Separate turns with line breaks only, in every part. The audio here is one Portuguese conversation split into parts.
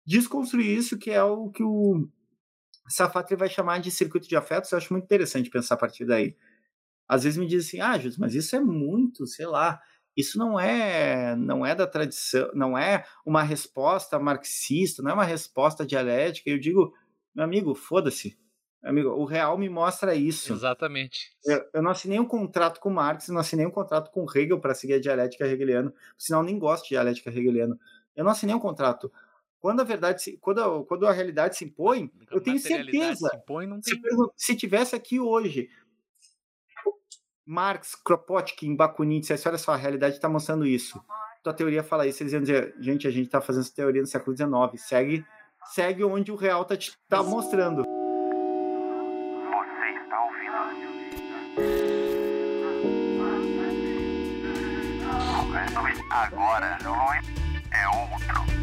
desconstruir isso, que é o que o Safatli vai chamar de circuito de afetos. Eu acho muito interessante pensar a partir daí. Às vezes me dizem assim, Júlio, mas isso é muito, sei lá, isso não é da tradição, não é uma resposta marxista, não é uma resposta dialética. Eu digo, meu amigo, foda-se. Meu amigo, o real me mostra isso.
Exatamente.
Eu não assinei um contrato com Marx, não assinei um contrato com Hegel para seguir a dialética hegeliana, senão eu nem gosto de dialética hegeliana. Eu não assinei um contrato. Quando a realidade se impõe, eu tenho certeza.
Se impõe, não tem...
Se tivesse aqui hoje Marx, Kropotkin, Bakunin dissesse, olha só, a realidade está mostrando isso. Tua teoria fala isso. Eles iam dizer, gente, a gente está fazendo essa teoria no século XIX. Segue onde o real tá mostrando.
Você está ouvindo? Agora é outro.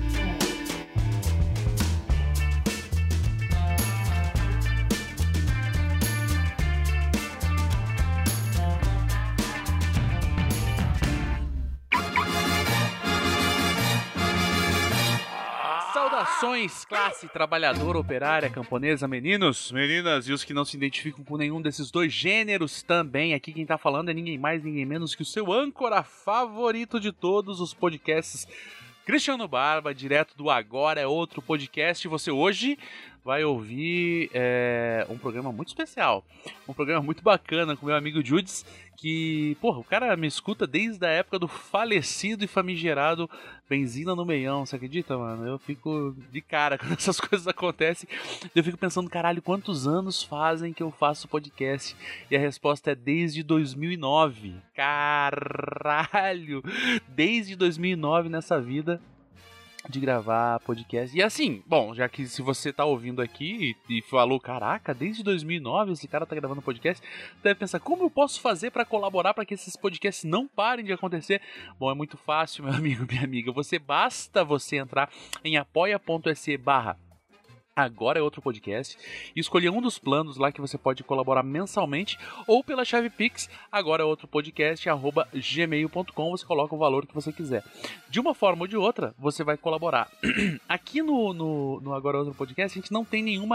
Saudações, classe trabalhadora, operária, camponesa, meninos, meninas e os que não se identificam com nenhum desses dois gêneros também. Aqui quem tá falando é ninguém mais, ninguém menos que o seu âncora favorito de todos os podcasts, Cristiano Barba, direto do Agora é Outro Podcast. Você hoje vai ouvir um programa muito especial, um programa muito bacana com meu amigo Judes, que, porra, o cara me escuta desde a época do falecido e famigerado Benzina no Meião, você acredita, mano? Eu fico de cara quando essas coisas acontecem, eu fico pensando, caralho, quantos anos fazem que eu faço podcast? E a resposta é desde 2009, caralho, desde 2009 nessa vida de gravar podcast. E assim, bom, já que se você tá ouvindo aqui e falou, caraca, desde 2009 esse cara tá gravando podcast, deve pensar, como eu posso fazer pra colaborar pra que esses podcasts não parem de acontecer? Bom, é muito fácil, meu amigo, minha amiga. Basta você entrar em apoia.se/Agora é Outro Podcast e escolher um dos planos lá que você pode colaborar mensalmente ou pela chave Pix, agora é outro podcast, @gmail.com, você coloca o valor que você quiser. De uma forma ou de outra, você vai colaborar. Aqui no Agora é Outro Podcast, a gente não tem nenhum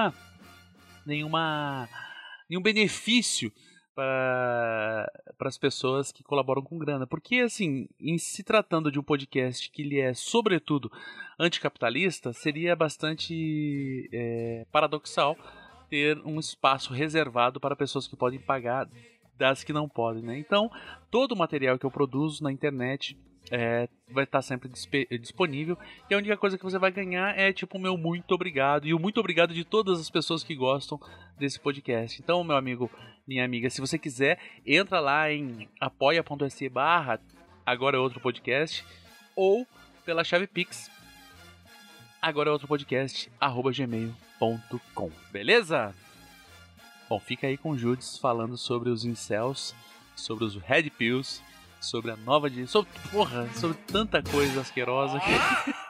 benefício para as pessoas que colaboram com grana, porque assim, em se tratando de um podcast que ele é sobretudo anticapitalista, seria bastante paradoxal ter um espaço reservado para pessoas que podem pagar das que não podem, né? Então, todo o material que eu produzo na internet vai estar sempre disponível, e a única coisa que você vai ganhar é tipo o meu muito obrigado e o muito obrigado de todas as pessoas que gostam desse podcast. Então, meu amigo, minha amiga, se você quiser, entra lá em apoia.se/Agora é Outro Podcast ou pela chave Pix, agora é outro podcast @gmail.com, beleza? Bom, fica aí com o Judes falando sobre os incels, sobre os red pills, sobre a nova sobre tanta coisa asquerosa que...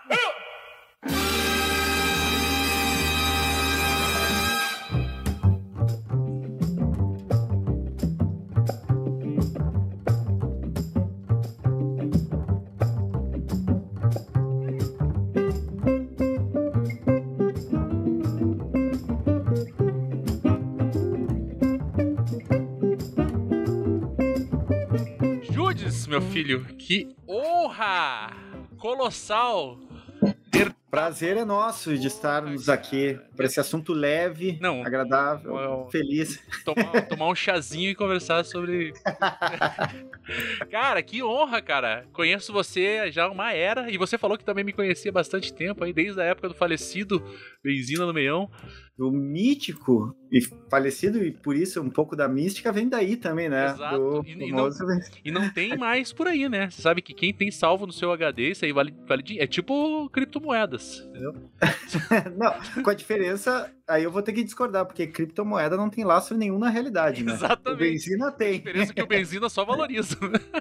Meu filho, que honra colossal ter...
Prazer é nosso de estarmos aqui para esse assunto leve, agradável, feliz.
Tomar um chazinho e conversar sobre... Cara, que honra, cara. Conheço você já há uma era, e você falou que também me conhecia há bastante tempo, aí, desde a época do falecido Benzina no Meião.
O mítico e falecido, e por isso um pouco da mística vem daí também, né?
Exato. E não tem mais por aí, né? Você sabe que quem tem salvo no seu HD, isso aí vale é tipo criptomoedas, entendeu?
Não, com a diferença, aí eu vou ter que discordar, porque criptomoeda não tem lastro nenhum na realidade, né?
Exatamente.
O Benzina tem.
A diferença é que o Benzina só valoriza.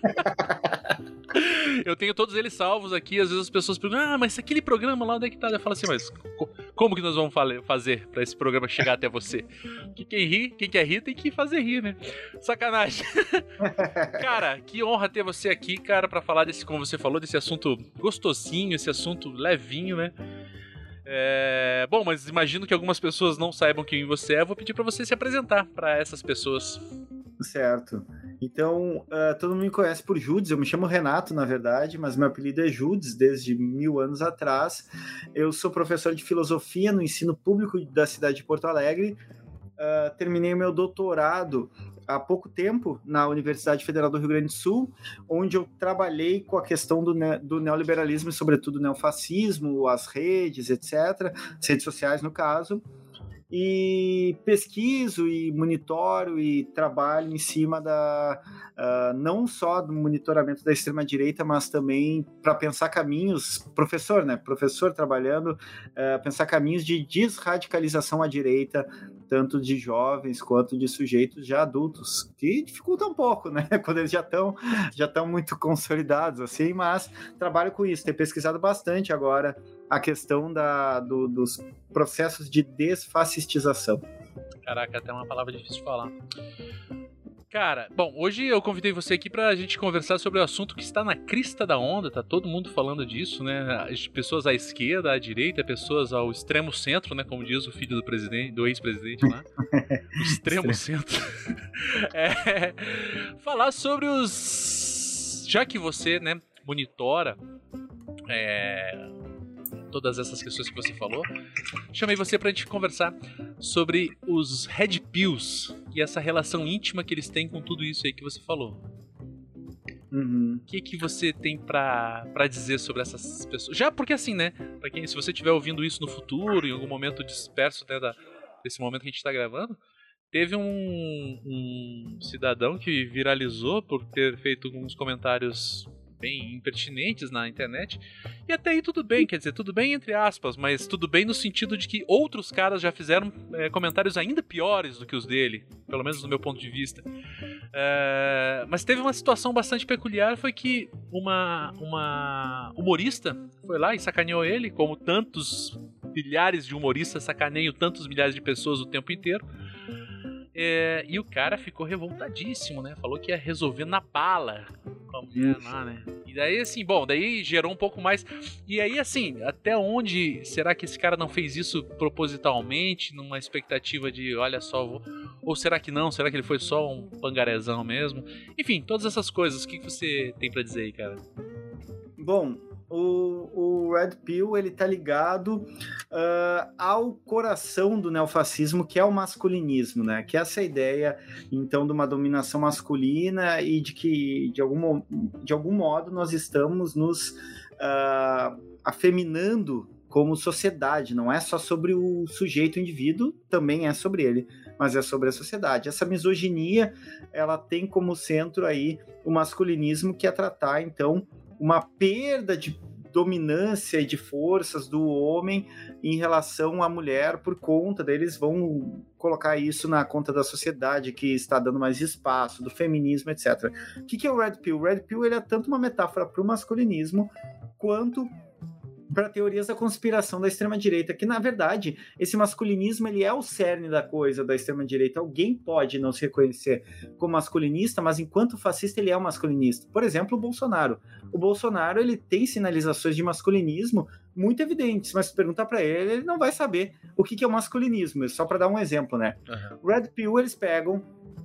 Eu tenho todos eles salvos aqui, às vezes as pessoas perguntam, mas aquele programa lá, onde é que tá? Eu falo assim, mas como que nós vamos fazer pra esse programa chegar até você? Quem quer rir tem que fazer rir, né? Sacanagem. Cara, que honra ter você aqui, cara, pra falar desse, como você falou, desse assunto gostosinho, esse assunto levinho, né? Bom, mas imagino que algumas pessoas não saibam quem você é. Vou pedir pra você se apresentar pra essas pessoas.
Certo. Então, todo mundo me conhece por Judes. Eu me chamo Renato, na verdade, mas meu apelido é Judes desde 1000 anos atrás. Eu sou professor de filosofia no ensino público da cidade de Porto Alegre. Terminei o meu doutorado há pouco tempo na Universidade Federal do Rio Grande do Sul, onde eu trabalhei com a questão do neoliberalismo e, sobretudo, neofascismo, as redes, etc., as redes sociais, no caso, e pesquiso e monitoro e trabalho em cima não só do monitoramento da extrema-direita, mas também para pensar caminhos, professor trabalhando, pensar caminhos de desradicalização à direita, tanto de jovens quanto de sujeitos já adultos, que dificulta um pouco, né, quando eles já estão muito consolidados, assim, mas trabalho com isso, tenho pesquisado bastante agora a questão dos processos de desfascistização.
Caraca, até uma palavra difícil de falar. Cara, bom, hoje eu convidei você aqui pra gente conversar sobre o assunto que está na crista da onda, tá todo mundo falando disso, né? As pessoas à esquerda, à direita, pessoas ao extremo centro, né? Como diz o filho do presidente, do ex-presidente lá. O extremo centro. Falar sobre já que você, né, monitora todas essas questões que você falou, chamei você pra gente conversar sobre os Red Pills e essa relação íntima que eles têm com tudo isso aí que você falou. O que você tem pra dizer sobre essas pessoas? Já porque assim, né, se você estiver ouvindo isso no futuro, em algum momento disperso, né, desse momento que a gente tá gravando, teve um cidadão que viralizou por ter feito alguns comentários bem impertinentes na internet, e até aí tudo bem, quer dizer, tudo bem entre aspas, mas tudo bem no sentido de que outros caras já fizeram comentários ainda piores do que os dele, pelo menos do meu ponto de vista. Mas teve uma situação bastante peculiar, foi que uma humorista foi lá e sacaneou ele, como tantos milhares de humoristas sacaneiam tantos milhares de pessoas o tempo inteiro. E o cara ficou revoltadíssimo, né? Falou que ia resolver na bala com a mulher lá, né? E daí, assim, daí gerou um pouco mais. E aí, assim, até onde será que esse cara não fez isso propositalmente, numa expectativa de, olha só, ou será que não? Será que ele foi só um pangarezão mesmo? Enfim, todas essas coisas, o que você tem pra dizer aí, cara?
Bom, o Red Pill, ele tá ligado ao coração do neofascismo, que é o masculinismo, né? Que é essa ideia, então, de uma dominação masculina e de que, de algum modo, nós estamos nos afeminando como sociedade. Não é só sobre o sujeito, o indivíduo, também é sobre ele, mas é sobre a sociedade. Essa misoginia, ela tem como centro aí o masculinismo, que é tratar, então, uma perda de dominância e de forças do homem em relação à mulher por conta deles, vão colocar isso na conta da sociedade que está dando mais espaço, do feminismo, etc. O que é o Red Pill? O Red Pill, ele é tanto uma metáfora para o masculinismo quanto para teorias da conspiração da extrema-direita, que, na verdade, esse masculinismo, ele é o cerne da coisa da extrema-direita. Alguém pode não se reconhecer como masculinista, mas enquanto fascista, ele é um masculinista. Por exemplo, o Bolsonaro. O Bolsonaro, ele tem sinalizações de masculinismo muito evidentes, mas se perguntar para ele, ele não vai saber o que é o masculinismo, só para dar um exemplo, né? O Red Pill, eles pegam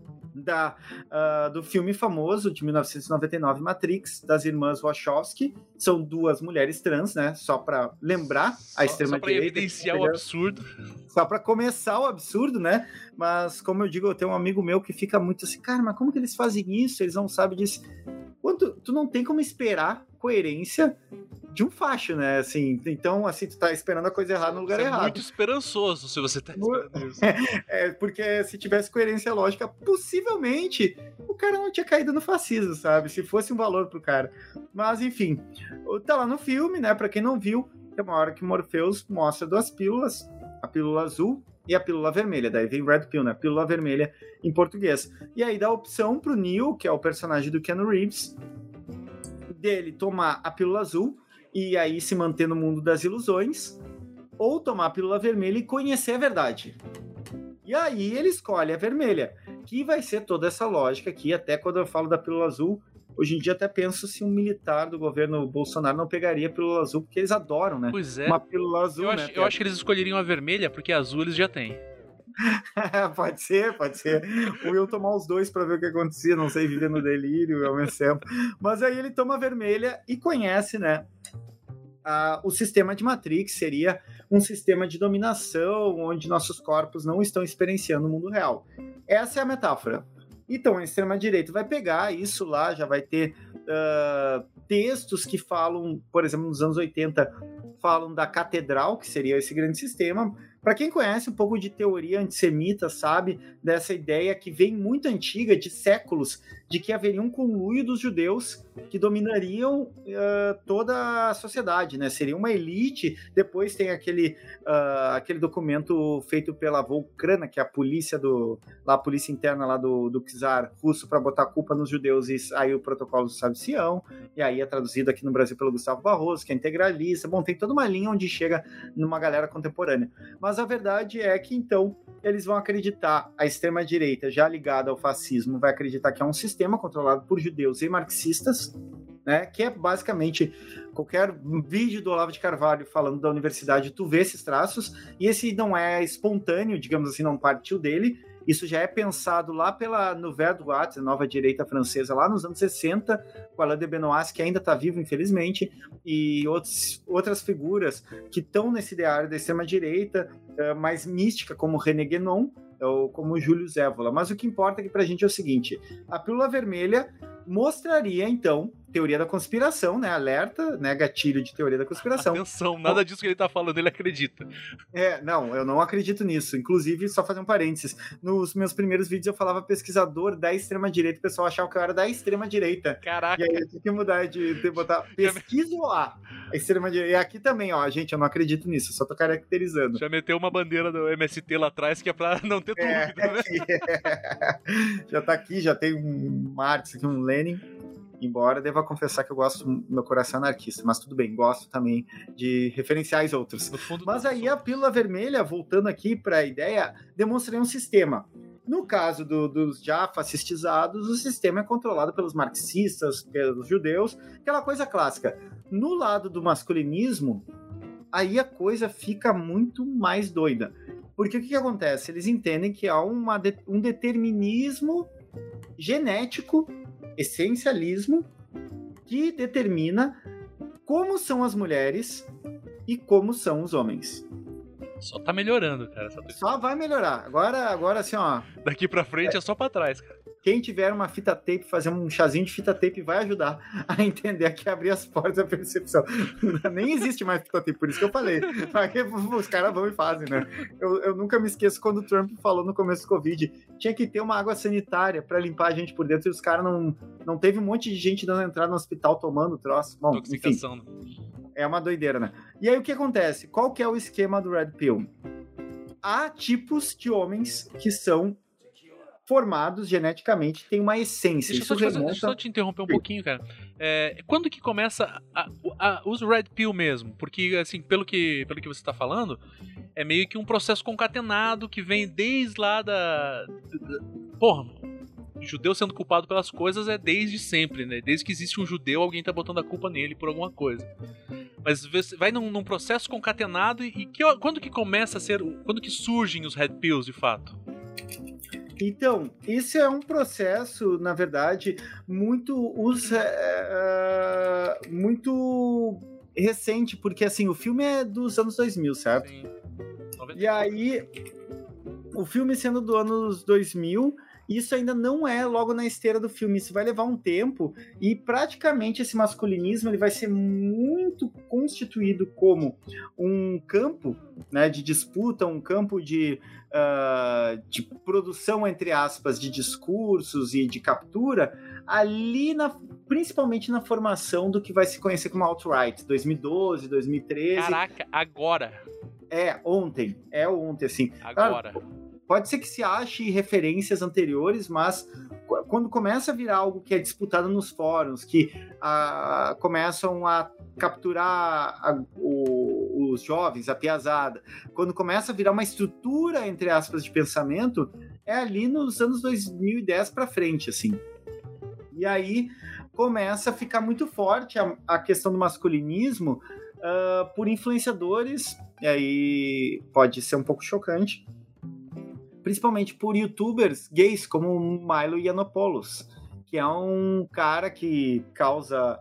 do filme famoso de 1999, Matrix, das irmãs Wachowski. São duas mulheres trans, né? Só para lembrar a extrema-direita. Só para
evidenciar o absurdo.
Só para começar o absurdo, né? Mas, como eu digo, eu tenho um amigo meu que fica muito assim, cara, mas como que eles fazem isso? Eles não sabem disso. Tu não tem como esperar coerência de um facho, né? Assim, então, assim, tu tá esperando a coisa errada no lugar errado. É
muito esperançoso se você tá esperando isso.
Porque se tivesse coerência lógica, possivelmente o cara não tinha caído no fascismo, sabe? Se fosse um valor pro cara. Mas, enfim, tá lá no filme, né? Pra quem não viu, tem uma hora que Morpheus mostra duas pílulas, a pílula azul e a pílula vermelha. Daí vem Red Pill, né? Pílula vermelha em português. E aí dá a opção pro Neo, que é o personagem do Keanu Reeves, dele tomar a pílula azul e aí se manter no mundo das ilusões, ou tomar a pílula vermelha e conhecer a verdade. E aí ele escolhe a vermelha, que vai ser toda essa lógica aqui, até quando eu falo da pílula azul, Hoje em dia até penso se um militar do governo Bolsonaro não pegaria a pílula azul, porque eles adoram, né?
Pois é.
Uma pílula azul,
Eu acho que eles escolheriam a vermelha, porque a azul eles já têm.
Pode ser. Ou eu tomar os dois para ver o que acontecia, não sei, viver no delírio ao mesmo tempo. Mas aí ele toma a vermelha e conhece, né? O sistema de Matrix seria um sistema de dominação onde nossos corpos não estão experienciando o mundo real. Essa é a metáfora. Então, a extrema-direita vai pegar isso lá, já vai ter textos que falam, por exemplo, nos anos 80, falam da catedral, que seria esse grande sistema. Para quem conhece um pouco de teoria antissemita, sabe dessa ideia que vem muito antiga, de séculos, de que haveria um conluio dos judeus que dominariam toda a sociedade, né? Seria uma elite. Depois tem aquele documento feito pela Volkrana, que é a polícia a polícia interna lá do czar russo, para botar a culpa nos judeus, e aí o protocolo do Sábio Sião, e aí é traduzido aqui no Brasil pelo Gustavo Barroso, que é integralista. Bom, tem toda uma linha onde chega numa galera contemporânea. Mas a verdade é que, então, eles vão acreditar, a extrema-direita, já ligada ao fascismo, vai acreditar que é um sistema controlado por judeus e marxistas, né, que é basicamente qualquer vídeo do Olavo de Carvalho falando da universidade, tu vê esses traços, e esse não é espontâneo, digamos assim, não partiu dele. Isso já é pensado lá pela Nouvelle Droite, a nova direita francesa, lá nos anos 60, com Alain de Benoist, que ainda está vivo, infelizmente, e outras figuras que estão nesse ideário da extrema-direita, mais mística, como René Guénon, ou como Júlio Zévola. Mas o que importa aqui pra gente é o seguinte: a pílula vermelha mostraria, então, teoria da conspiração, né? Alerta, né? Gatilho de teoria da conspiração.
Atenção, nada disso que ele tá falando, ele acredita.
Não, eu não acredito nisso. Inclusive, só fazer um parênteses, nos meus primeiros vídeos eu falava pesquisador da extrema-direita, o pessoal achava que eu era da extrema-direita.
Caraca.
E aí eu tive que mudar de botar pesquisa a extrema-direita. E aqui também, ó, gente, eu não acredito nisso, eu só tô caracterizando.
Já meteu uma bandeira do MST lá atrás, que é pra não ter dúvida, né?
Já tá aqui, já tem um Marx aqui, um Lenin. Embora deva confessar que eu gosto, meu coração é anarquista, mas tudo bem, gosto também de referenciais outros. Mas aí a pílula vermelha, voltando aqui para a ideia, demonstraria um sistema. No caso dos já fascistizados, o sistema é controlado pelos marxistas, pelos judeus, aquela coisa clássica. No lado do masculinismo, aí a coisa fica muito mais doida. Porque o que acontece? Eles entendem que há um determinismo genético, essencialismo, que determina como são as mulheres e como são os homens.
Só tá melhorando, cara.
Só vai melhorar. Agora assim, ó.
Daqui pra frente é só pra trás, cara.
Quem tiver uma fita tape, fazer um chazinho de fita tape vai ajudar a entender aqui, abrir as portas da percepção. Nem existe mais fita tape, por isso que eu falei. Os caras vão e fazem, né? Eu nunca me esqueço quando o Trump falou no começo do Covid, tinha que ter uma água sanitária pra limpar a gente por dentro, e os caras não teve um monte de gente dando entrada no hospital tomando o troço. Bom, enfim, é uma doideira, né? E aí o que acontece? Qual que é o esquema do Red Pill? Há tipos de homens que são formados geneticamente, tem uma essência.
Deixa eu só te interromper um pouquinho, cara. Quando que começa os Red Pill mesmo? Porque, assim, pelo que você tá falando, é meio que um processo concatenado que vem desde lá porra, judeu sendo culpado pelas coisas é desde sempre, né? Desde que existe um judeu, alguém tá botando a culpa nele por alguma coisa. Mas vai num processo concatenado quando que começa a ser... Quando que surgem os Red Pills, de fato?
Então, esse é um processo, na verdade, muito recente, porque assim, o filme é dos anos 2000, certo? Sim. E aí, o filme sendo dos anos 2000, isso ainda não é logo na esteira do filme, isso vai levar um tempo, e praticamente esse masculinismo ele vai ser muito constituído como um campo, né, de disputa, um campo de produção, entre aspas, de discursos e de captura, ali principalmente na formação do que vai se conhecer como alt-right, 2012, 2013.
Caraca, agora!
Ontem, assim.
Agora.
Pode ser que se ache referências anteriores, mas quando começa a virar algo que é disputado nos fóruns, que começam a capturar os jovens, a piazada, quando começa a virar uma estrutura, entre aspas, de pensamento, é ali nos anos 2010 para frente, assim. E aí, começa a ficar muito forte a questão do masculinismo por influenciadores, e aí pode ser um pouco chocante, principalmente por youtubers gays como Milo Yiannopoulos, que é um cara que causa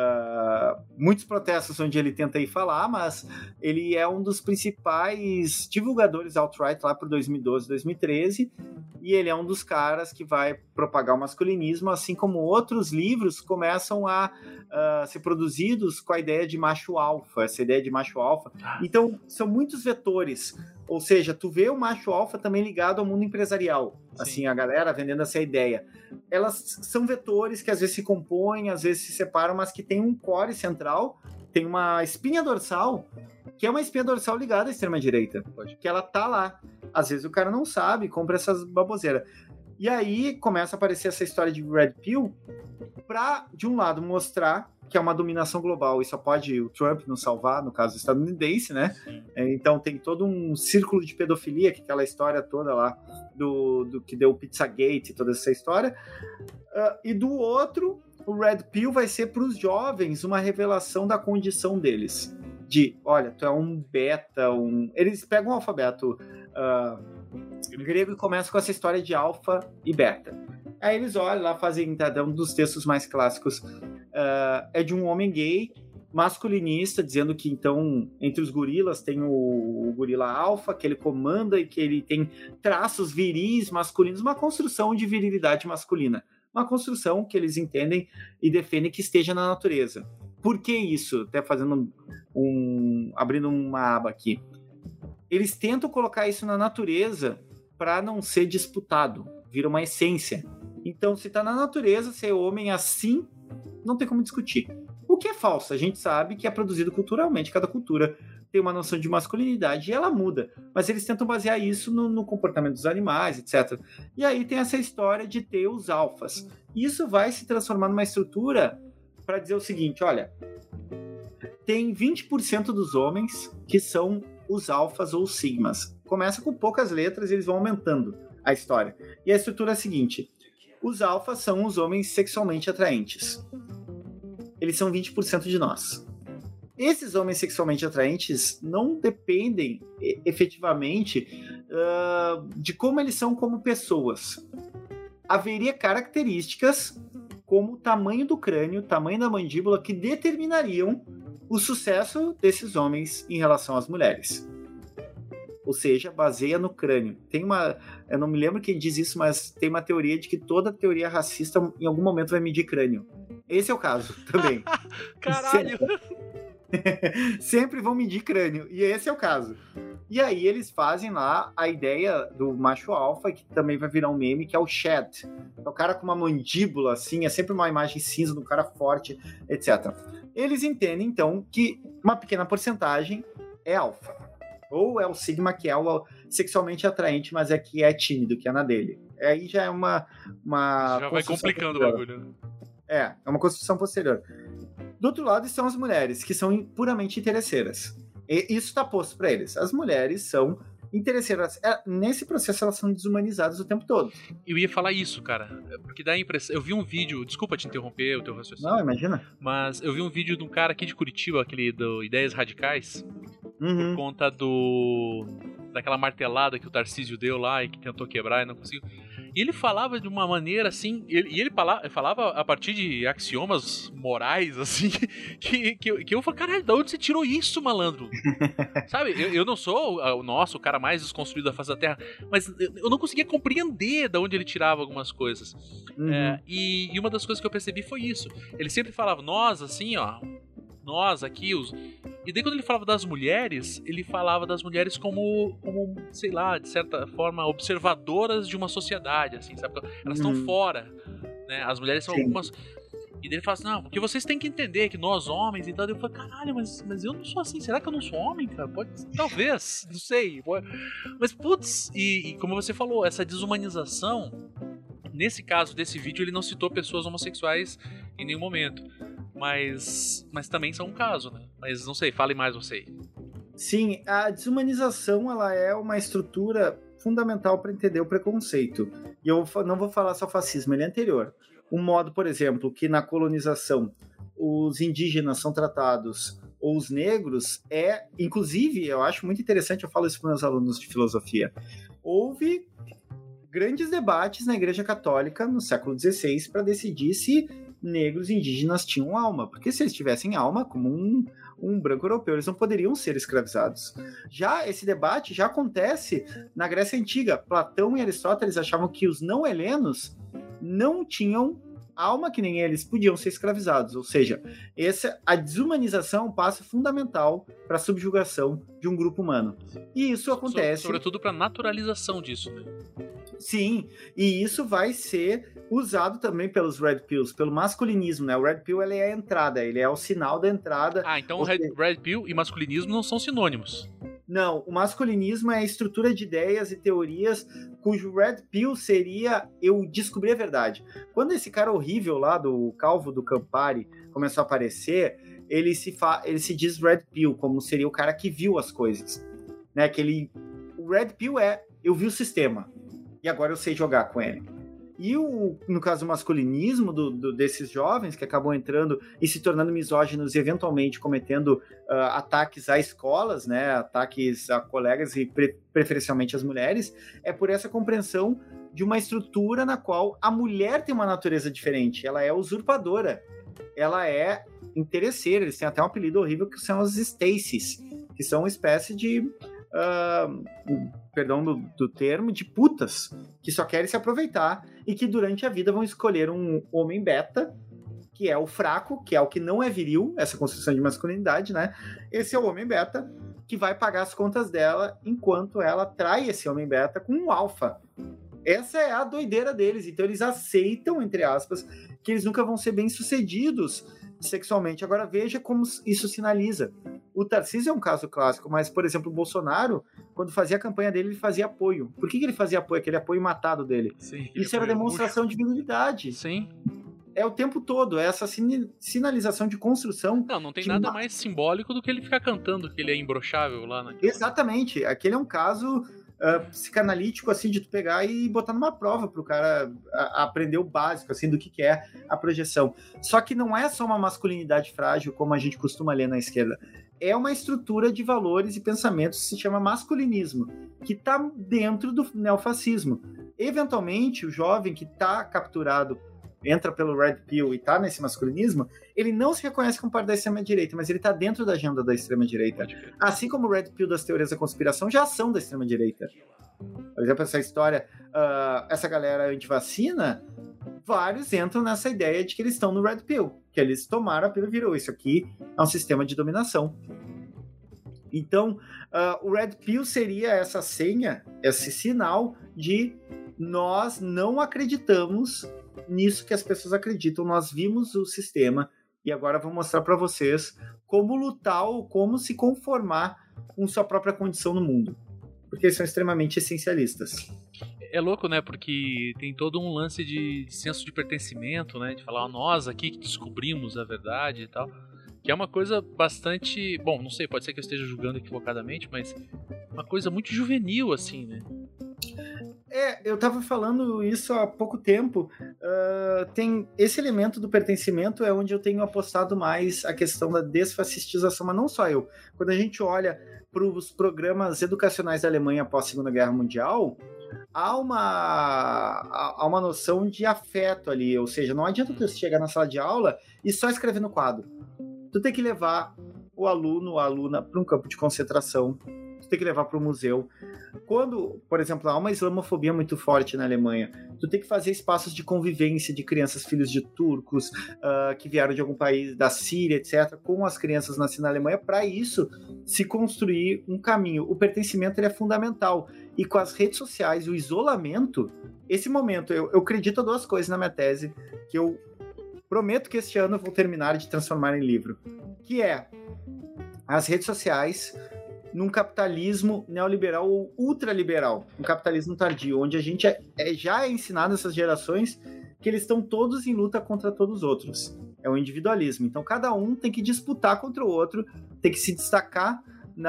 muitos protestos onde ele tenta ir falar, mas ele é um dos principais divulgadores alt-right lá por 2012, 2013, e ele é um dos caras que vai propagar o masculinismo, assim como outros livros começam a ser produzidos com a ideia de macho alfa, essa ideia de macho alfa. Então, são muitos vetores. Ou seja, tu vê o macho alfa também ligado ao mundo empresarial. Sim. Assim, a galera vendendo essa ideia. Elas são vetores que às vezes se compõem, às vezes se separam, mas que tem um core central, tem uma espinha dorsal, que é uma espinha dorsal ligada à extrema-direita. Que ela tá lá. Às vezes o cara não sabe, compra essas baboseiras. E aí começa a aparecer essa história de Red Pill para, de um lado, mostrar que é uma dominação global e só pode o Trump nos salvar, no caso estadunidense, né? Então tem todo um círculo de pedofilia, que é aquela história toda lá do que deu o Pizzagate, toda essa história. E do outro, o Red Pill vai ser para os jovens uma revelação da condição deles. De, olha, tu é um beta, eles pegam o alfabeto grego e começam com essa história de alfa e beta. Aí eles olham lá, fazem um dos textos mais clássicos, é de um homem gay, masculinista, dizendo que então entre os gorilas tem o gorila alfa, que ele comanda e que ele tem traços viris masculinos, uma construção de virilidade masculina, uma construção que eles entendem e defendem que esteja na natureza. Por que isso? Até fazendo abrindo uma aba aqui. Eles tentam colocar isso na natureza para não ser disputado, vira uma essência. Então, se está na natureza, ser homem assim, não tem como discutir. O que é falso? A gente sabe que é produzido culturalmente, cada cultura tem uma noção de masculinidade e ela muda, mas eles tentam basear isso no comportamento dos animais, etc. E aí tem essa história de ter os alfas. Isso vai se transformar numa estrutura para dizer o seguinte, olha, tem 20% dos homens que são os alfas ou os sigmas. Começa com poucas letras e eles vão aumentando a história. E a estrutura é a seguinte, os alfas são os homens sexualmente atraentes. Eles são 20% de nós. Esses homens sexualmente atraentes não dependem efetivamente de como eles são como pessoas. Haveria características como o tamanho do crânio, tamanho da mandíbula, que determinariam o sucesso desses homens em relação às mulheres. Ou seja, baseia no crânio. Eu não me lembro quem diz isso, mas tem uma teoria de que toda teoria racista em algum momento vai medir crânio. Esse é o caso também.
Caralho!
Sempre vão medir crânio. E esse é o caso. E aí eles fazem lá a ideia do macho alfa, que também vai virar um meme, que é o Shed. É o cara com uma mandíbula, assim, é sempre uma imagem cinza do cara forte, etc. Eles entendem, então, que uma pequena porcentagem é alfa. Ou é o sigma, que é o sexualmente atraente, mas é que é tímido, que é na dele. Aí já é uma
já vai complicando posterior. O bagulho.
É uma construção posterior. Do outro lado estão as mulheres, que são puramente interesseiras. E isso está posto para eles. As mulheres são interesseiras. Nesse processo, elas são desumanizadas o tempo todo.
Eu ia falar isso, cara. Porque dá a impressão... Eu vi um vídeo... Desculpa te interromper o teu raciocínio.
Não, imagina.
Mas eu vi um vídeo de um cara aqui de Curitiba, aquele do Ideias Radicais, por conta daquela martelada que o Tarcísio deu lá e que tentou quebrar e não conseguiu. E ele falava de uma maneira assim, ele falava a partir de axiomas morais, assim, que eu falei, caralho, de onde você tirou isso, malandro? Sabe, eu não sou o cara mais desconstruído da face da Terra, mas eu não conseguia compreender de onde ele tirava algumas coisas. E uma das coisas que eu percebi foi isso. Ele sempre falava, nós, assim, ó, nós aqui, E daí quando ele falava das mulheres, ele falava das mulheres como sei lá, de certa forma, observadoras de uma sociedade, assim, sabe? Elas estão fora, né? As mulheres são algumas... E daí ele fala assim, não, porque vocês têm que entender que nós homens e tal. Eu falei, caralho, mas eu não sou assim, será que eu não sou homem, cara? Talvez, não sei. Mas, putz, e como você falou, essa desumanização, nesse caso desse vídeo, ele não citou pessoas homossexuais em nenhum momento. Mas também são um caso, né? Mas não sei, fale mais você.
Sim, a desumanização ela é uma estrutura fundamental para entender o preconceito. E eu não vou falar só fascismo, ele é anterior. um modo, por exemplo, que na colonização os indígenas são tratados, ou os negros, inclusive, eu acho muito interessante, eu falo isso para meus alunos de filosofia, houve grandes debates na Igreja Católica no século XVI para decidir se negros e indígenas tinham alma, porque se eles tivessem alma, como um branco europeu, eles não poderiam ser escravizados. Já esse debate já acontece na Grécia Antiga. Platão e Aristóteles achavam que os não-helenos não tinham alma, que nem eles podiam ser escravizados. Ou seja, a desumanização é um passo fundamental para a subjugação de um grupo humano. E isso acontece...
Sobretudo para a naturalização disso, né?
Sim, e isso vai ser usado também pelos Red Pills, pelo masculinismo, né? O Red Pill, ele é a entrada, ele é o sinal da entrada.
Então Red Pill e masculinismo não são sinônimos.
Não, o masculinismo é a estrutura de ideias e teorias cujo Red Pill seria eu descobrir a verdade. Quando esse cara horrível lá, do Calvo do Campari, começou a aparecer, ele se diz Red Pill, como seria o cara que viu as coisas. Né? O Red Pill eu vi o sistema, e agora eu sei jogar com ele. E no caso do masculinismo desses jovens que acabam entrando e se tornando misóginos e eventualmente cometendo ataques a escolas, né, ataques a colegas e preferencialmente as mulheres, é por essa compreensão de uma estrutura na qual a mulher tem uma natureza diferente, ela é usurpadora, ela é interesseira, eles têm até um apelido horrível que são as Stacys, que são uma espécie de... perdão do termo, de putas, que só querem se aproveitar e que durante a vida vão escolher um homem beta, que é o fraco, que é o que não é viril, essa construção de masculinidade, né? Esse é o homem beta que vai pagar as contas dela enquanto ela trai esse homem beta com um alfa. Essa é a doideira deles, então eles aceitam, entre aspas, que eles nunca vão ser bem-sucedidos sexualmente. Agora veja como isso sinaliza. O Tarcísio é um caso clássico, mas, por exemplo, o Bolsonaro, quando fazia a campanha dele, ele fazia apoio. Por que ele fazia apoio? Aquele apoio matado dele.
Sim,
isso era demonstração de virilidade.
Sim.
É o tempo todo, é essa sinalização de construção.
Não tem nada mais simbólico do que ele ficar cantando que ele é imbrochável lá naquela...
Exatamente. Aquele é um caso psicanalítico, assim, de tu pegar e botar numa prova pro cara aprender o básico, assim, do que é a projeção. Só que não é só uma masculinidade frágil, como a gente costuma ler na esquerda. É uma estrutura de valores e pensamentos que se chama masculinismo, que está dentro do neofascismo. Eventualmente, o jovem que está capturado, entra pelo Red Pill e está nesse masculinismo, ele não se reconhece como parte da extrema-direita, mas ele está dentro da agenda da extrema-direita. Assim como o Red Pill das teorias da conspiração já são da extrema-direita. Por exemplo, essa história, essa galera antivacina, vários entram nessa ideia de que eles estão no Red Pill, que eles tomaram a pílula e virou. Isso aqui é um sistema de dominação. Então, o Red Pill seria essa senha, esse sinal de nós não acreditamos nisso que as pessoas acreditam, nós vimos o sistema e agora vou mostrar para vocês como lutar ou como se conformar com sua própria condição no mundo, porque eles são extremamente essencialistas.
É louco, né, porque tem todo um lance de senso de pertencimento, né, de falar, nós aqui que descobrimos a verdade e tal, que é uma coisa bastante, bom, não sei, pode ser que eu esteja julgando equivocadamente, mas uma coisa muito juvenil, assim, né.
Eu tava falando isso há pouco tempo. Tem esse elemento do pertencimento é onde eu tenho apostado mais a questão da desfascistização, mas não só eu. Quando a gente olha para os programas educacionais da Alemanha após a Segunda Guerra Mundial, há uma noção de afeto ali, ou seja, não adianta tu chegar na sala de aula e só escrever no quadro. Tu tem que levar o aluno ou a aluna para um campo de concentração, tu tem que levar para o museu. Quando, por exemplo, há uma islamofobia muito forte na Alemanha, tu tem que fazer espaços de convivência de crianças filhos de turcos que vieram de algum país, da Síria, etc., com as crianças nascidas na Alemanha, para isso se construir um caminho. O pertencimento ele é fundamental. E com as redes sociais, o isolamento, esse momento, eu acredito a duas coisas na minha tese, que eu prometo que este ano eu vou terminar de transformar em livro, que é as redes sociais num capitalismo neoliberal ou ultraliberal, um capitalismo tardio, onde a gente já é ensinado essas gerações que eles estão todos em luta contra todos os outros. É o individualismo. Então, cada um tem que disputar contra o outro, tem que se destacar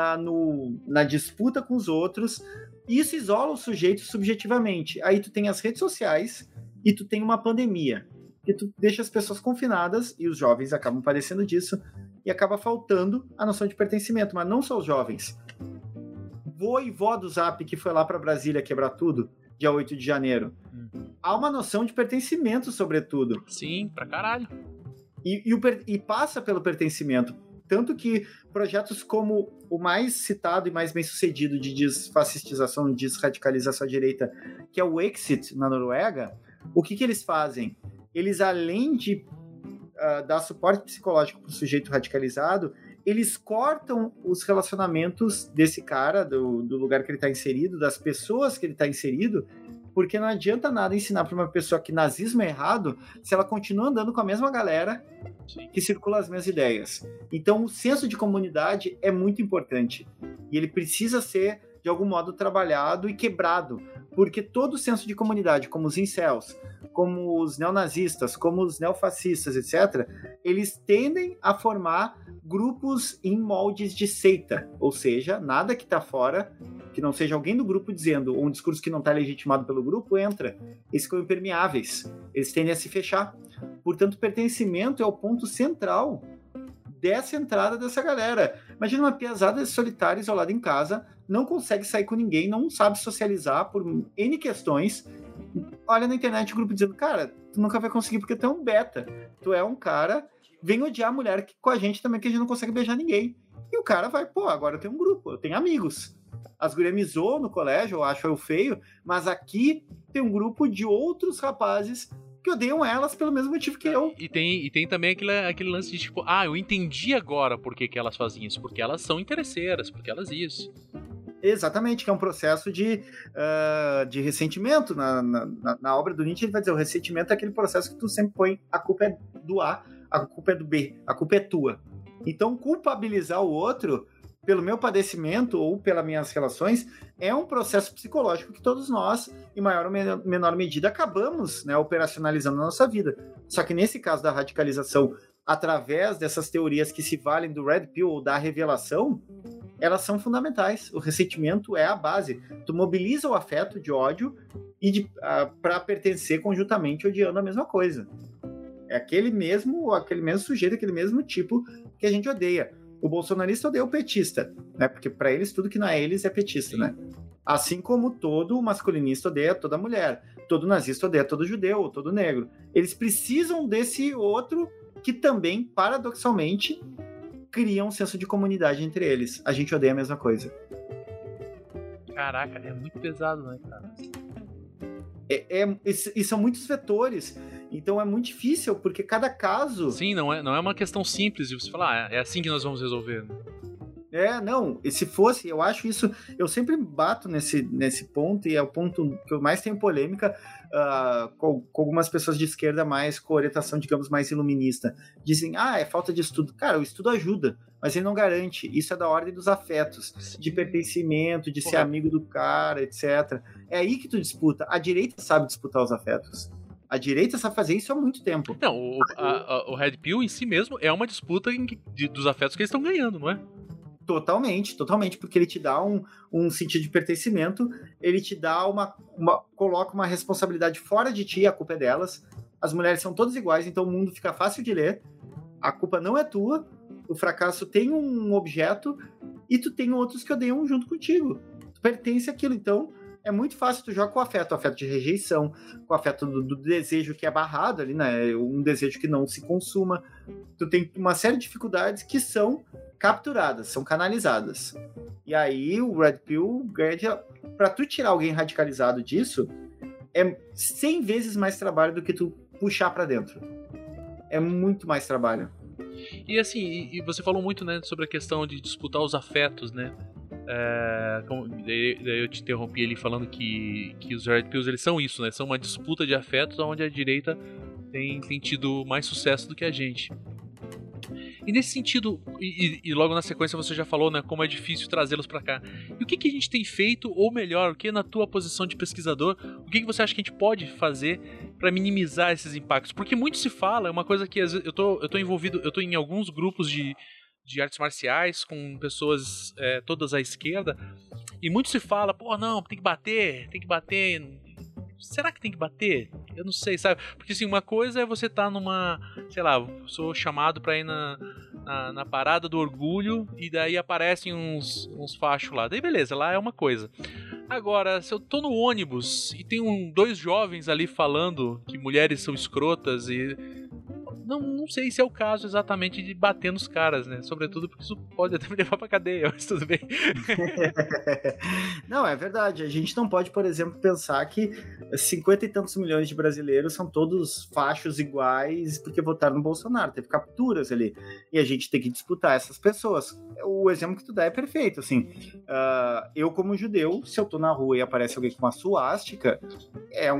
na disputa com os outros. Isso isola o sujeito subjetivamente. Aí tu tem as redes sociais e tu tem uma pandemia. que tu deixa as pessoas confinadas, e os jovens acabam padecendo disso, e acaba faltando a noção de pertencimento, mas não só os jovens. Voivó do Zap, que foi lá para Brasília quebrar tudo, dia 8 de janeiro. Há uma noção de pertencimento, sobretudo.
Sim, pra caralho.
E passa pelo pertencimento. Tanto que projetos como o mais citado e mais bem sucedido de desfascistização, desradicalização à direita, que é o Exit, na Noruega, o que eles fazem? Eles, além de dar suporte psicológico para o sujeito radicalizado, eles cortam os relacionamentos desse cara, do lugar que ele está inserido, das pessoas que ele está inserido, porque não adianta nada ensinar para uma pessoa que nazismo é errado se ela continua andando com a mesma galera que circula as mesmas ideias. Então, o senso de comunidade é muito importante. E ele precisa ser, de algum modo, trabalhado e quebrado. Porque todo o senso de comunidade, como os incels, como os neonazistas, como os neofascistas, etc., eles tendem a formar grupos em moldes de seita. Ou seja, nada que está fora, que não seja alguém do grupo dizendo, ou um discurso que não está legitimado pelo grupo, entra. Eles ficam impermeáveis. Eles tendem a se fechar. Portanto, pertencimento é o ponto central dessa entrada dessa galera. Imagina uma piazada solitária, isolada em casa, não consegue sair com ninguém, não sabe socializar por N questões. Olha na internet o grupo dizendo, cara, tu nunca vai conseguir porque tu é um beta. Tu é um cara, vem odiar a mulher com a gente também, que a gente não consegue beijar ninguém. E o cara vai, pô, agora eu tenho um grupo, eu tenho amigos. As gurias me zoam no colégio, eu acho eu feio, mas aqui tem um grupo de outros rapazes que odeiam elas pelo mesmo motivo que eu.
E tem também aquele lance de tipo, eu entendi agora por que elas fazem isso, porque elas são interesseiras, porque elas isso.
Exatamente, que é um processo de ressentimento. Na obra do Nietzsche ele vai dizer, o ressentimento é aquele processo que tu sempre põe, a culpa é do A, a culpa é do B, a culpa é tua. Então culpabilizar o outro pelo meu padecimento ou pelas minhas relações é um processo psicológico que todos nós, em maior ou menor medida, acabamos, né, operacionalizando na nossa vida. Só que nesse caso da radicalização, através dessas teorias que se valem do Red Pill ou da revelação, elas são fundamentais. O ressentimento é a base. Tu mobiliza o afeto de ódio e para pertencer conjuntamente odiando a mesma coisa. É aquele mesmo sujeito, aquele mesmo tipo que a gente odeia. O bolsonarista odeia o petista, né? Porque para eles tudo que não é eles é petista, né? Assim como todo masculinista odeia toda mulher, todo nazista odeia todo judeu ou todo negro. Eles precisam desse outro que também, paradoxalmente, cria um senso de comunidade entre eles. A gente odeia a mesma coisa.
Caraca, é muito pesado, né, cara?
E são muitos vetores. Então é muito difícil, porque cada caso...
Sim, não é uma questão simples de você falar, é assim que nós vamos resolver.
Não, e se fosse, eu acho isso, eu sempre bato nesse ponto, e é o ponto que eu mais tenho polêmica com algumas pessoas de esquerda mais, com orientação, digamos, mais iluminista. Dizem, é falta de estudo. Cara, o estudo ajuda, mas ele não garante. Isso é da ordem dos afetos, de pertencimento, de ser amigo do cara, etc. É aí que tu disputa. A direita sabe disputar os afetos. A direita sabe fazer isso há muito tempo.
Não, o Red Pill em si mesmo é uma disputa dos afetos que eles estão ganhando, não é?
Totalmente, porque ele te dá um sentido de pertencimento, ele te dá coloca uma responsabilidade fora de ti, a culpa é delas. As mulheres são todas iguais, então o mundo fica fácil de ler. A culpa não é tua, o fracasso tem um objeto e tu tem outros que odeiam junto contigo. Tu pertence àquilo, então é muito fácil tu jogar com o afeto de rejeição, com o afeto do desejo que é barrado ali, né? Um desejo que não se consuma. Tu tem uma série de dificuldades que são capturadas, são canalizadas. E aí o Red Pill ganha... Pra tu tirar alguém radicalizado disso, é 100 vezes mais trabalho do que tu puxar pra dentro. É muito mais trabalho.
E assim, você falou muito, né, sobre a questão de disputar os afetos, né? Daí eu te interrompi ali falando que os Red Pills, eles são isso, né? São uma disputa de afetos onde a direita tem tido mais sucesso do que a gente. E nesse sentido, e logo na sequência você já falou, né, como é difícil trazê-los pra cá. E o que a gente tem feito, ou melhor, o que na tua posição de pesquisador, o que você acha que a gente pode fazer pra minimizar esses impactos? Porque muito se fala, é uma coisa que às vezes eu tô envolvido, eu tô em alguns grupos de artes marciais com pessoas todas à esquerda, e muito se fala, não, tem que bater. Será que tem que bater? Eu não sei, sabe? Porque assim, uma coisa é você tá numa, sei lá, sou chamado pra ir na parada do orgulho e daí aparecem uns fachos lá. Daí beleza, lá é uma coisa. Agora, se eu tô no ônibus e tem dois jovens ali falando que mulheres são escrotas e... Não sei se é o caso exatamente de bater nos caras, né? Sobretudo porque isso pode até me levar pra cadeia, mas tudo bem.
Não, é verdade. A gente não pode, por exemplo, pensar que 50 e tantos milhões de brasileiros são todos fachos iguais porque votaram no Bolsonaro. Teve capturas ali. E a gente tem que disputar essas pessoas. O exemplo que tu dá é perfeito, assim. Eu, como judeu, se eu tô na rua e aparece alguém com uma suástica, é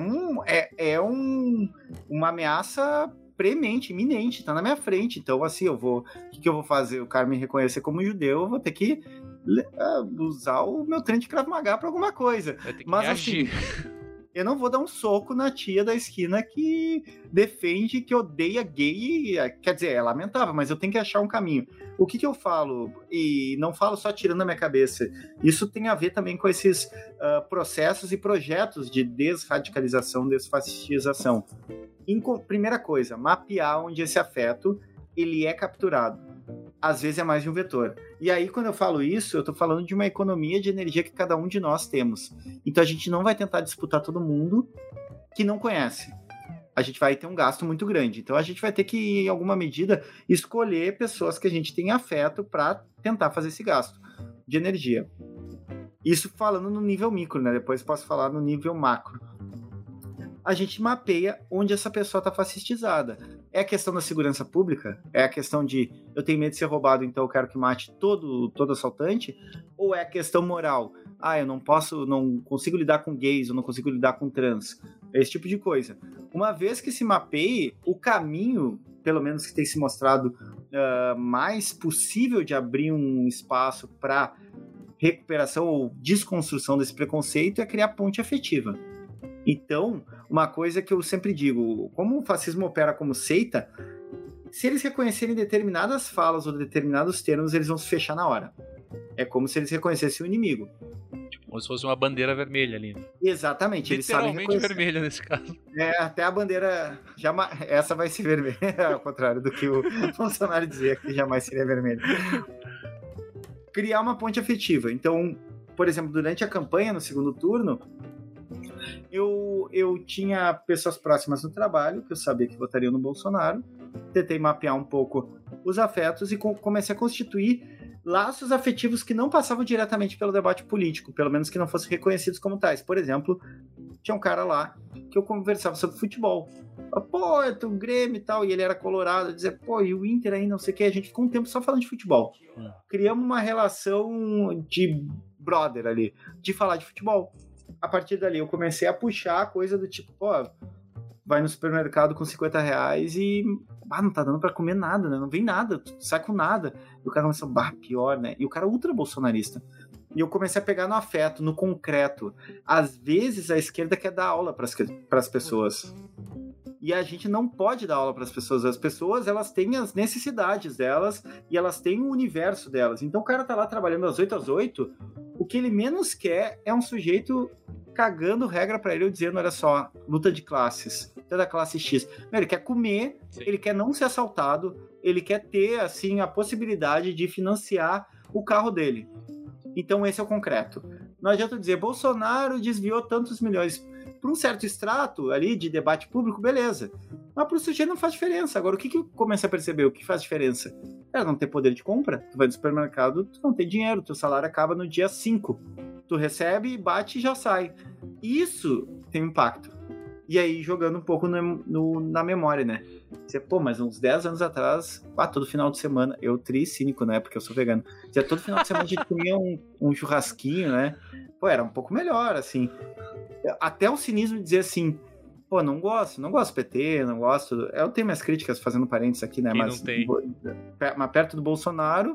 uma ameaça premente, iminente, tá na minha frente. Então, assim, o que eu vou fazer? O cara me reconhecer como judeu, eu vou ter que usar o meu trem de Krav Maga pra alguma coisa. Mas, assim, eu não vou dar um soco na tia da esquina que defende, que odeia gay. Quer dizer, é lamentável, mas eu tenho que achar um caminho. O que eu falo? E não falo só tirando a minha cabeça. Isso tem a ver também com esses processos e projetos de desradicalização, desfascistização. Primeira coisa, mapear onde esse afeto ele é capturado. Às vezes é mais de um vetor. E aí, quando eu falo isso, eu estou falando de uma economia de energia que cada um de nós temos. Então a gente não vai tentar disputar todo mundo que não conhece. A gente vai ter um gasto muito grande. Então a gente vai ter que, em alguma medida, escolher pessoas que a gente tem afeto para tentar fazer esse gasto de energia. Isso falando no nível micro, né? Depois posso falar no nível macro. A gente mapeia onde essa pessoa está fascistizada. É a questão da segurança pública? É a questão de eu tenho medo de ser roubado, então eu quero que mate todo assaltante? Ou é a questão moral? Eu não consigo lidar com gays, eu não consigo lidar com trans. Esse tipo de coisa. Uma vez que se mapeie, o caminho, pelo menos que tem se mostrado mais possível de abrir um espaço para recuperação ou desconstrução desse preconceito é criar ponte afetiva. Então, uma coisa que eu sempre digo, como o fascismo opera como seita, se eles reconhecerem determinadas falas ou determinados termos, eles vão se fechar na hora. É como se eles reconhecessem o inimigo.
Tipo, como se fosse uma bandeira vermelha ali.
Exatamente. Eles sabem
literalmente vermelha nesse caso.
Até a bandeira... essa vai ser vermelha, ao contrário do que o Bolsonaro dizia, que jamais seria vermelha. Criar uma ponte afetiva. Então, por exemplo, durante a campanha, no segundo turno, eu tinha pessoas próximas no trabalho, que eu sabia que votariam no Bolsonaro, tentei mapear um pouco os afetos e comecei a constituir laços afetivos que não passavam diretamente pelo debate político, pelo menos que não fossem reconhecidos como tais. Por exemplo, tinha um cara lá que eu conversava sobre futebol. Pô, é teu Grêmio e tal, e ele era colorado, eu dizia, pô, e o Inter aí, não sei o que, a gente ficou um tempo só falando de futebol. Criamos uma relação de brother ali, de falar de futebol. A partir dali eu comecei a puxar a coisa do tipo, pô, vai no supermercado com R$50 e não tá dando pra comer nada, né? Não vem nada, tu sai com nada. E o cara começou, pior, né? E o cara ultra bolsonarista. E eu comecei a pegar no afeto, no concreto. Às vezes a esquerda quer dar aula pras pessoas. E a gente não pode dar aula pras pessoas. As pessoas, elas têm as necessidades delas e elas têm o universo delas. Então o cara tá lá trabalhando às 8 às 8, o que ele menos quer é um sujeito cagando regra pra ele, ou dizendo, olha só, luta de classes, tu é da classe X. Ele quer comer, sim, ele quer não ser assaltado, ele quer ter, assim, a possibilidade de financiar o carro dele. Então esse é o concreto. Não adianta dizer, Bolsonaro desviou tantos milhões. Para um certo extrato ali de debate público, beleza. Mas para o sujeito não faz diferença. Agora, o que eu comecei a perceber? O que faz diferença? É não ter poder de compra. Tu vai no supermercado, tu não tem dinheiro, teu salário acaba no dia 5. Tu recebe, bate e já sai. Isso tem impacto. E aí, jogando um pouco na memória, né? Você, mas uns 10 anos atrás, todo final de semana, eu cínico, né? Porque eu sou vegano. Todo final de semana a gente comia um churrasquinho, né? Era um pouco melhor, assim. Até o cinismo de dizer assim, não gosto do PT, não gosto... Eu tenho minhas críticas, fazendo parênteses aqui, né? Mas perto do Bolsonaro,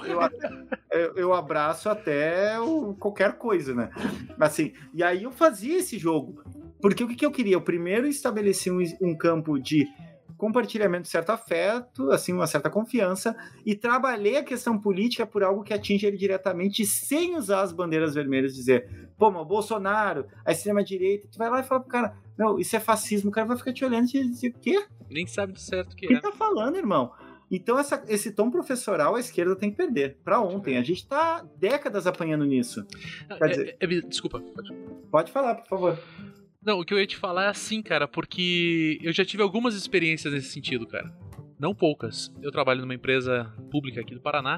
eu abraço até qualquer coisa, né? Assim, e aí eu fazia esse jogo. Porque o que eu queria? Eu primeiro estabeleci um campo de compartilhamento de certo afeto, assim, uma certa confiança, e trabalhei a questão política por algo que atinge ele diretamente, sem usar as bandeiras vermelhas, dizer, pô, mas o Bolsonaro, a extrema-direita, tu vai lá e fala pro cara, não, isso é fascismo, o cara vai ficar te olhando e dizer, o quê?
Nem sabe do certo
O
que
que
é.
tá falando, irmão? Então esse tom professoral a esquerda tem que perder. Pra ontem. A gente tá décadas apanhando nisso. Quer dizer,
Desculpa,
pode falar, por favor.
Não, o que eu ia te falar é assim, cara, porque eu já tive algumas experiências nesse sentido, cara. Não poucas. Eu trabalho numa empresa pública aqui do Paraná.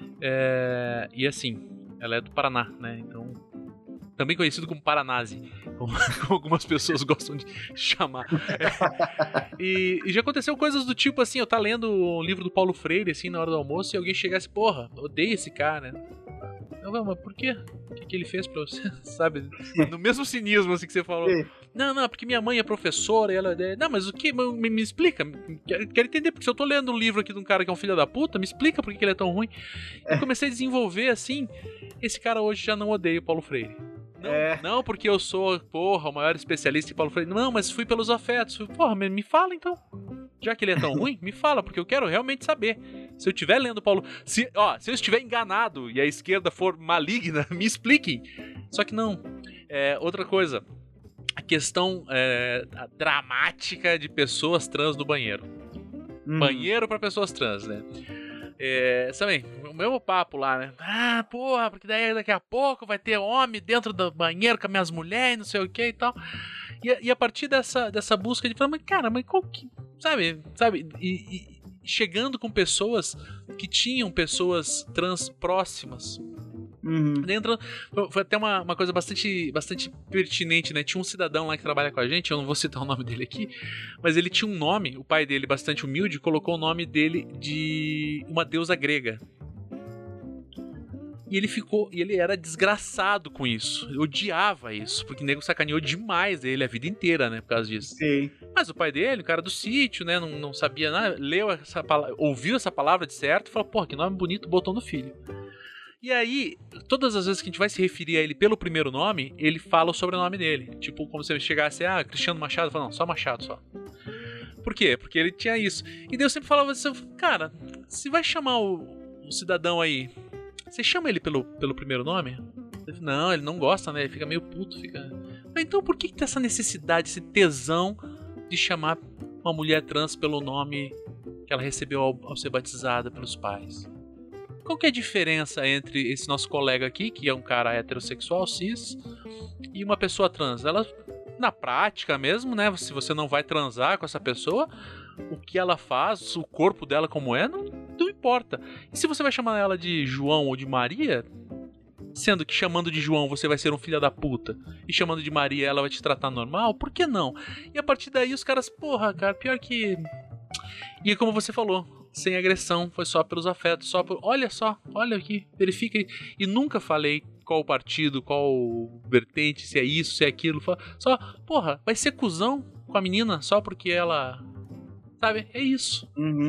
E assim, ela é do Paraná, né? Então, também conhecido como Paranase, como algumas pessoas gostam de chamar. E já aconteceu coisas do tipo assim, eu tá lendo um livro do Paulo Freire, assim, na hora do almoço, e alguém chegasse, porra, odeio esse cara, né? Eu, mas por quê? O que ele fez pra você? Sabe? No mesmo cinismo, assim, que você falou.
Sim.
Não, porque minha mãe é professora e ela... Não, mas o que? Me explica. Quero entender, porque se eu tô lendo um livro aqui de um cara que é um filho da puta, me explica por que ele é tão ruim. E comecei a desenvolver, assim, esse cara hoje já não odeia o Paulo Freire. Não porque eu sou, porra, o maior especialista em Paulo Freire. Não, mas fui pelos afetos. Porra, me fala então. Já que ele é tão ruim, me fala, porque eu quero realmente saber. Se eu estiver lendo Paulo... Se eu estiver enganado e a esquerda for maligna, me expliquem. Só que não. Outra coisa. A questão dramática de pessoas trans no banheiro. Banheiro pra pessoas trans, né? Também, o mesmo papo lá, né? Ah, porra, porque daí daqui a pouco vai ter homem dentro do banheiro com as minhas mulheres, não sei o que e tal. E a partir dessa busca de falar, mas cara, mas qual que... Sabe? E chegando com pessoas que tinham pessoas trans próximas. Dentro, foi até uma coisa bastante pertinente, né? Tinha um cidadão lá que trabalha com a gente, eu não vou citar o nome dele aqui, mas ele tinha um nome, o pai dele, bastante humilde, colocou o nome dele de uma deusa grega. E ele era desgraçado com isso. Ele odiava isso, porque o nego sacaneou demais ele a vida inteira, né, por causa disso.
Sim.
Mas o pai dele, o cara do sítio, né, não sabia nada, ouviu essa palavra de certo e falou, porra, que nome bonito, botou no filho. E aí, todas as vezes que a gente vai se referir a ele pelo primeiro nome, ele fala o sobrenome dele. Tipo, como se ele chegasse, Cristiano Machado, fala, não, só Machado, só. Por quê? Porque ele tinha isso. E daí eu sempre falava assim, cara, se vai chamar o cidadão aí, você chama ele pelo primeiro nome? Não, ele não gosta, né? Ele fica meio puto, Mas então por que tem essa necessidade, esse tesão de chamar uma mulher trans pelo nome que ela recebeu ao ser batizada pelos pais? Qual que é a diferença entre esse nosso colega aqui, que é um cara heterossexual, cis, e uma pessoa trans? Ela, na prática mesmo, né? Se você não vai transar com essa pessoa, o que ela faz, o corpo dela como é, não importa. E se você vai chamar ela de João ou de Maria, sendo que chamando de João você vai ser um filho da puta, e chamando de Maria ela vai te tratar normal, por que não? E a partir daí os caras, porra, cara, pior que... E como você falou, sem agressão, foi só pelos afetos, só por... Olha aqui, verifica aí. E nunca falei qual partido, qual vertente, se é isso, se é aquilo. Só, porra, vai ser cuzão com a menina só porque ela... Sabe? É isso.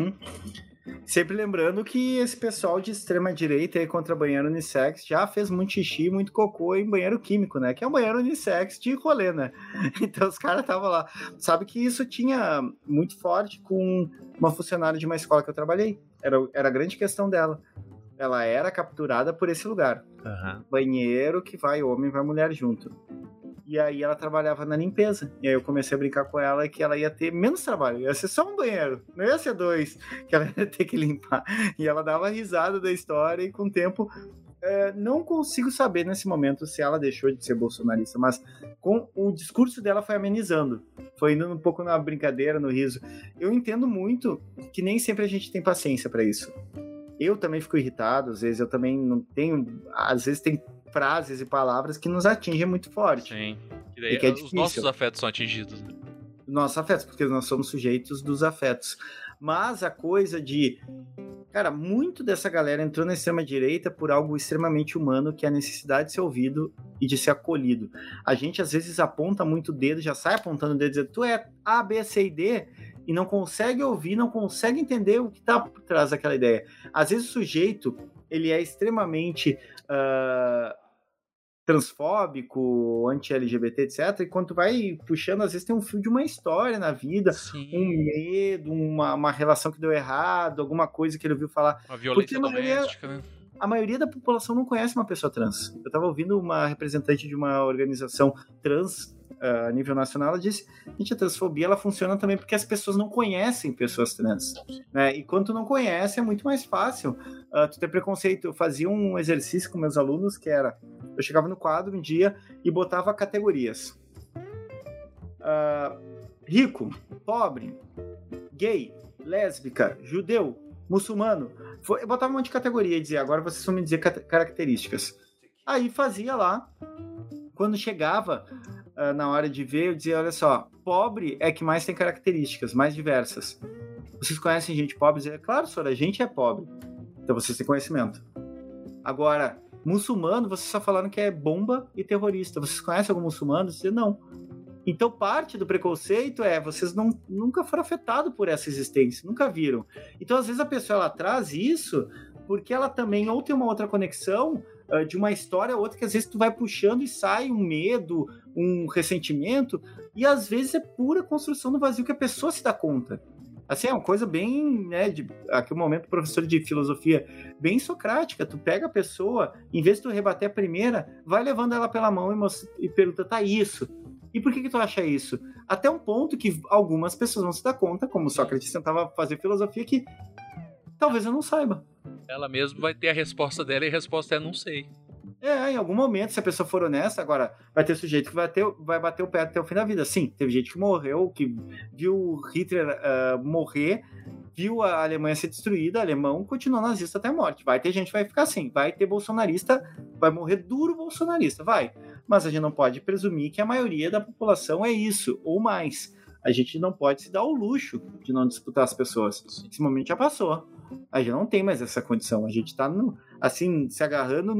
Sempre lembrando que esse pessoal de extrema direita aí contra banheiro unissex já fez muito xixi, muito cocô em banheiro químico, né? Que é um banheiro unissex de rolê, né? Então os caras estavam lá. Sabe que isso tinha muito forte com uma funcionária de uma escola que eu trabalhei. Era a grande questão dela. Ela era capturada por esse lugar. Banheiro que vai homem e vai mulher junto. E aí ela trabalhava na limpeza. E aí eu comecei a brincar com ela que ela ia ter menos trabalho. Ia ser só um banheiro. Não ia ser 2 que ela ia ter que limpar. E ela dava risada da história e com o tempo... não consigo saber nesse momento se ela deixou de ser bolsonarista, mas com o discurso dela foi amenizando. Foi indo um pouco na brincadeira, no riso. Eu entendo muito que nem sempre a gente tem paciência para isso. Eu também fico irritado. Às vezes eu também não tenho... Às vezes tem frases e palavras que nos atingem muito forte.
Sim. E daí
que é
os nossos afetos são atingidos. Né?
Nossos afetos, porque nós somos sujeitos dos afetos. Mas a coisa de... Cara, muito dessa galera entrou na extrema-direita por algo extremamente humano, que é a necessidade de ser ouvido e de ser acolhido. A gente, às vezes, aponta muito o dedo, já sai apontando o dedo, dizendo, tu é A, B, C e D, e não consegue ouvir, não consegue entender o que está por trás daquela ideia. Às vezes o sujeito, ele é extremamente transfóbico, anti-LGBT, etc. E quando tu vai puxando, às vezes tem um fio de uma história na vida,
Sim.
um medo, uma relação que deu errado, alguma coisa que ele ouviu falar.
Uma violência
Porque
doméstica, né?
a maioria da população não conhece uma pessoa trans. Eu estava ouvindo uma representante de uma organização trans a nível nacional, ela disse, gente, a transfobia ela funciona também porque as pessoas não conhecem pessoas trans, né? E quando tu não conhece, é muito mais fácil tu ter preconceito. Eu fazia um exercício com meus alunos que era, eu chegava no quadro um dia e botava categorias. Rico, pobre, gay, lésbica, judeu, muçulmano. Eu botava um monte de categoria e dizia, agora vocês vão me dizer características. Aí fazia lá, quando chegava na hora de ver, eu dizia, olha só, pobre é que mais tem características, mais diversas. Vocês conhecem gente pobre? Eu dizia, claro, senhora, a gente é pobre. Então vocês têm conhecimento. Agora, muçulmano, vocês só falaram que é bomba e terrorista. Vocês conhecem algum muçulmano? Eu dizia, não. Então parte do preconceito vocês nunca foram afetados por essa existência, nunca viram. Então às vezes a pessoa ela traz isso porque ela também ou tem uma outra conexão de uma história ou outra que às vezes tu vai puxando e sai um medo, um ressentimento, e às vezes é pura construção do vazio que a pessoa se dá conta. Assim, é uma coisa bem, né, aqui um momento professor de filosofia, bem socrática. Tu pega a pessoa, em vez de tu rebater a primeira, vai levando ela pela mão e pergunta, tá, isso? E por que tu acha isso? Até um ponto que algumas pessoas vão se dar conta, como Sócrates tentava fazer filosofia, que talvez eu não saiba.
Ela mesmo vai ter a resposta dela e a resposta é não sei.
Em algum momento, se a pessoa for honesta, agora vai ter sujeito que vai bater o pé até o fim da vida. Sim, teve gente que morreu, que viu Hitler morrer, viu a Alemanha ser destruída, alemão continuou nazista até a morte. Vai ter gente que vai ficar assim, vai ter bolsonarista, vai morrer duro bolsonarista, vai. Mas a gente não pode presumir que a maioria da população é isso, ou mais. A gente não pode se dar o luxo de não disputar as pessoas. Esse momento já passou. A gente não tem mais essa condição. A gente está assim, se agarrando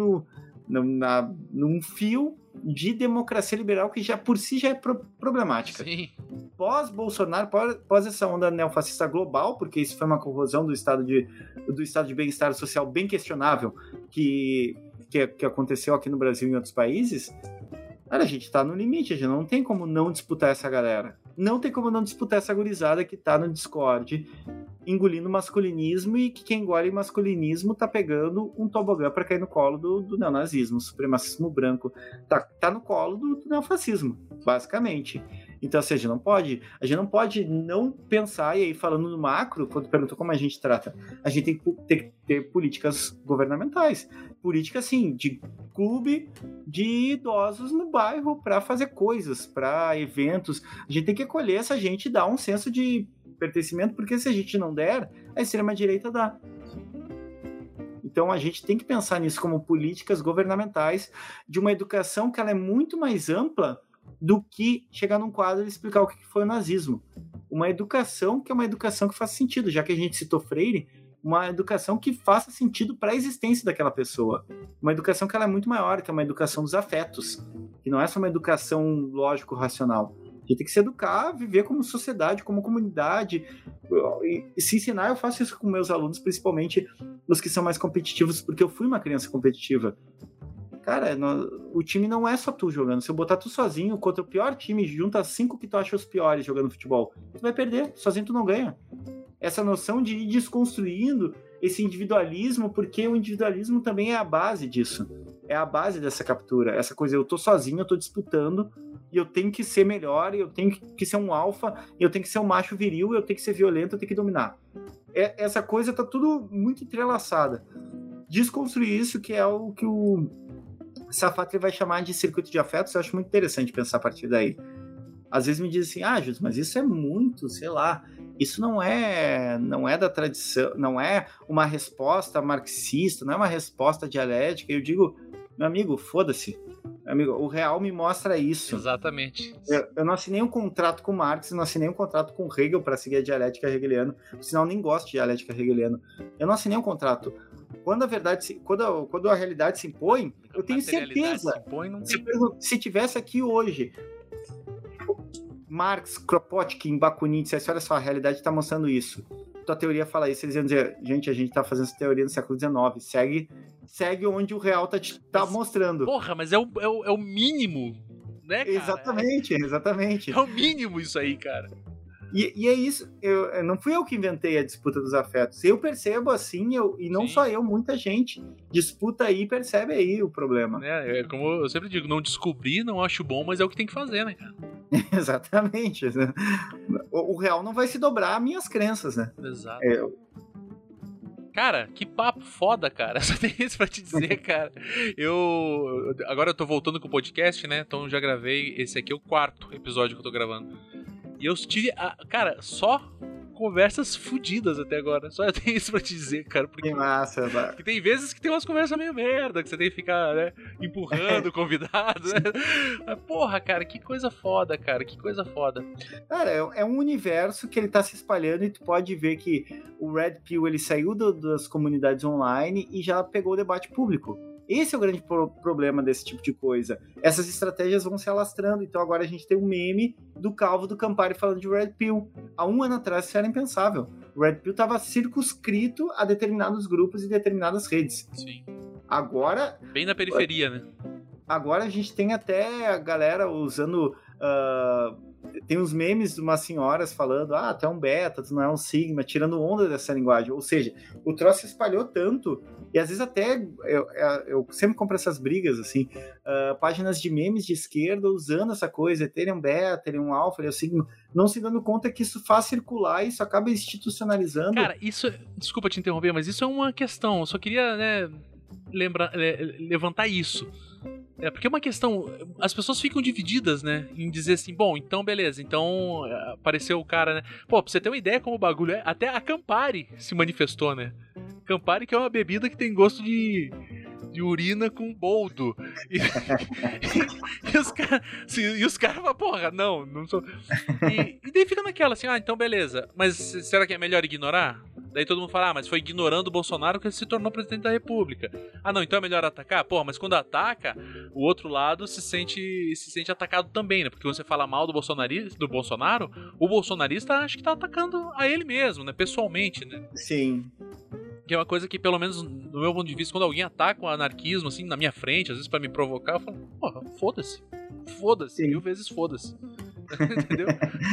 num fio de democracia liberal que já por si já é problemática.
Sim.
Pós-Bolsonaro, pós essa onda neofascista global, porque isso foi uma corrosão do estado de bem-estar social bem questionável que aconteceu aqui no Brasil e em outros países, a gente tá no limite, a gente não tem como não disputar essa galera. Não tem como não disputar essa gurizada que tá no Discord engolindo masculinismo e que quem engole masculinismo tá pegando um tobogã para cair no colo do neonazismo, supremacismo branco. Tá no colo do neofascismo, basicamente. Então, assim, a gente não pode não pensar, e aí falando no macro, quando perguntou como a gente trata, a gente tem que ter políticas governamentais. Política, assim, de clube de idosos no bairro para fazer coisas, para eventos. A gente tem que acolher essa gente e dar um senso de pertencimento, porque se a gente não der, a extrema-direita dá. Então a gente tem que pensar nisso como políticas governamentais de uma educação que ela é muito mais ampla do que chegar num quadro e explicar o que foi o nazismo. Uma educação que é uma educação que faz sentido, já que a gente citou Freire, uma educação que faça sentido para a existência daquela pessoa. Uma educação que ela é muito maior, que é uma educação dos afetos, que não é só uma educação lógico-racional. A gente tem que se educar, viver como sociedade, como comunidade. E se ensinar, eu faço isso com meus alunos, principalmente os que são mais competitivos, porque eu fui uma criança competitiva. Cara, o time não é só tu jogando. Se eu botar tu sozinho contra o pior time, junta 5 que tu acha os piores jogando futebol, tu vai perder. Sozinho tu não ganha. Essa noção de ir desconstruindo esse individualismo, porque o individualismo também é a base disso. É a base dessa captura. Essa coisa, eu tô sozinho, eu tô disputando, e eu tenho que ser melhor, eu tenho que ser um alfa, eu tenho que ser um macho viril, eu tenho que ser violento, eu tenho que dominar. Essa coisa tá tudo muito entrelaçada. Desconstruir isso, que é o que o Safatli vai chamar de circuito de afetos, eu acho muito interessante pensar a partir daí. Às vezes me dizem assim, Jus, mas isso é muito, sei lá, isso não é da tradição, não é uma resposta marxista, não é uma resposta dialética. Eu digo, meu amigo, foda-se. Amigo, o real me mostra isso.
Exatamente.
Eu não assinei um contrato com Marx, não assinei um contrato com Hegel para seguir a dialética hegeliana, senão eu nem gosto de dialética hegeliana. Eu não assinei um contrato. Quando a realidade se impõe, eu tenho certeza. Se tivesse aqui hoje Marx, Kropotkin, Bakunin dissesse, olha só, a realidade está mostrando isso. Tua teoria fala isso, eles iam dizer, gente, a gente está fazendo essa teoria no século XIX, segue segue onde o real tá mostrando.
Porra, mas é o mínimo, né, cara?
Exatamente.
É o mínimo isso aí, cara.
E é isso, não fui eu que inventei a disputa dos afetos. Eu percebo assim, e não
Sim.
só eu, muita gente disputa aí e percebe aí o problema.
É como eu sempre digo, não descobri, não acho bom, mas é o que tem que fazer, né, cara?
Exatamente. O real não vai se dobrar às minhas crenças, né?
Exato. Cara, que papo foda, cara. Só tem isso pra te dizer, cara. Agora eu tô voltando com o podcast, né? Então já gravei. Esse aqui é o 4º episódio que eu tô gravando. E eu tive, cara, só conversas fodidas até agora. Só eu tenho isso pra te dizer, cara. Porque,
que massa,
porque tem vezes que tem umas conversas meio merda, que você tem que ficar, né, empurrando o convidado, né? Mas, porra, cara, que coisa foda, cara. Que coisa foda.
Cara, é um universo que ele tá se espalhando e tu pode ver que o Red Pill, ele saiu das comunidades online e já pegou o debate público. Esse é o grande problema desse tipo de coisa. Essas estratégias vão se alastrando. Então agora a gente tem um meme do Calvo do Campari falando de Red Pill. Há um ano atrás isso era impensável. O Red Pill estava circunscrito a determinados grupos e determinadas redes.
Sim.
Agora...
Bem na periferia, né?
Agora a gente tem até a galera usando... tem uns memes de umas senhoras falando tu é um beta, tu não é um sigma, tirando onda dessa linguagem. Ou seja, o troço se espalhou tanto, e às vezes até eu sempre compro essas brigas, assim, páginas de memes de esquerda usando essa coisa, terem um beta, terem um alfa, terem um sigma, não se dando conta que isso faz circular e isso acaba institucionalizando.
Cara, isso... Desculpa te interromper, mas isso é uma questão. Eu só queria, né, levantar isso. Porque é uma questão, as pessoas ficam divididas, né, em dizer assim, bom, então beleza, então apareceu o cara, né, pô, pra você ter uma ideia como o bagulho é, até a Campari se manifestou, né, Campari que é uma bebida que tem gosto de urina com boldo, e os caras falam, porra, não sou, e daí fica naquela assim, então beleza, mas será que é melhor ignorar? Daí todo mundo fala, mas foi ignorando o Bolsonaro que ele se tornou presidente da República. Não, então é melhor atacar? Porra, mas quando ataca, o outro lado se sente atacado também, né? Porque quando você fala mal do Bolsonaro, o bolsonarista acha que tá atacando a ele mesmo, né? Pessoalmente, né?
Sim.
Que é uma coisa que, pelo menos no meu ponto de vista, quando alguém ataca o anarquismo, assim, na minha frente, às vezes pra me provocar, eu falo, porra, foda-se. Foda-se, 1000 vezes foda-se. Entendeu?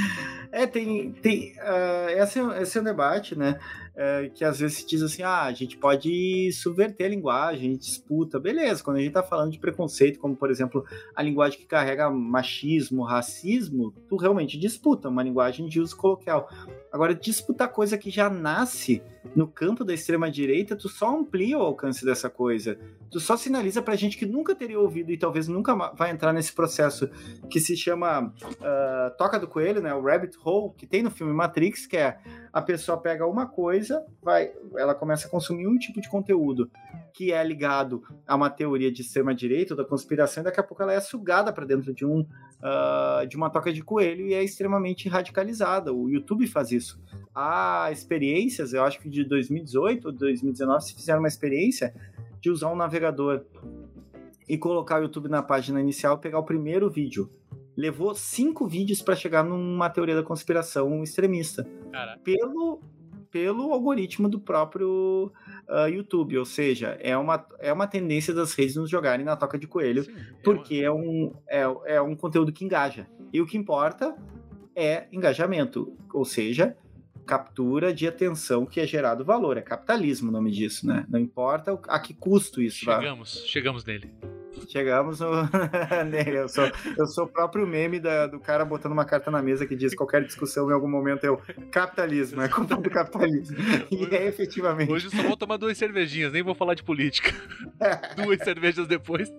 Esse é um debate, né? Que às vezes se diz assim, a gente pode subverter a linguagem, a gente disputa, beleza, quando a gente tá falando de preconceito, como por exemplo, a linguagem que carrega machismo, racismo, tu realmente disputa, uma linguagem de uso coloquial. Agora, disputar coisa que já nasce no campo da extrema-direita, tu só amplia o alcance dessa coisa. Tu só sinaliza pra gente que nunca teria ouvido e talvez nunca vai entrar nesse processo que se chama Toca do Coelho, né? O Rabbit Hole, que tem no filme Matrix, que é a pessoa pega uma coisa, ela começa a consumir um tipo de conteúdo que é ligado a uma teoria de extrema-direita ou da conspiração, e daqui a pouco ela é sugada para dentro de uma toca de coelho e é extremamente radicalizada. O YouTube faz isso. Há experiências, eu acho que de 2018 ou 2019 se fizeram uma experiência de usar um navegador e colocar o YouTube na página inicial e pegar o primeiro vídeo. Levou 5 vídeos para chegar numa teoria da conspiração extremista. Caraca. Pelo algoritmo do próprio YouTube, ou seja, é uma tendência das redes nos jogarem na toca de coelho. Sim, porque é um conteúdo que engaja. E o que importa é engajamento, ou seja, captura de atenção que é gerado valor. É capitalismo o nome disso, né? Não importa a que custo isso.
Chegamos nele.
Chegamos nele. Eu sou o próprio meme do cara botando uma carta na mesa que diz qualquer discussão em algum momento é o capitalismo, é culpa do capitalismo. E é efetivamente.
Hoje só vou tomar 2 cervejinhas, nem vou falar de política. 2 cervejas depois.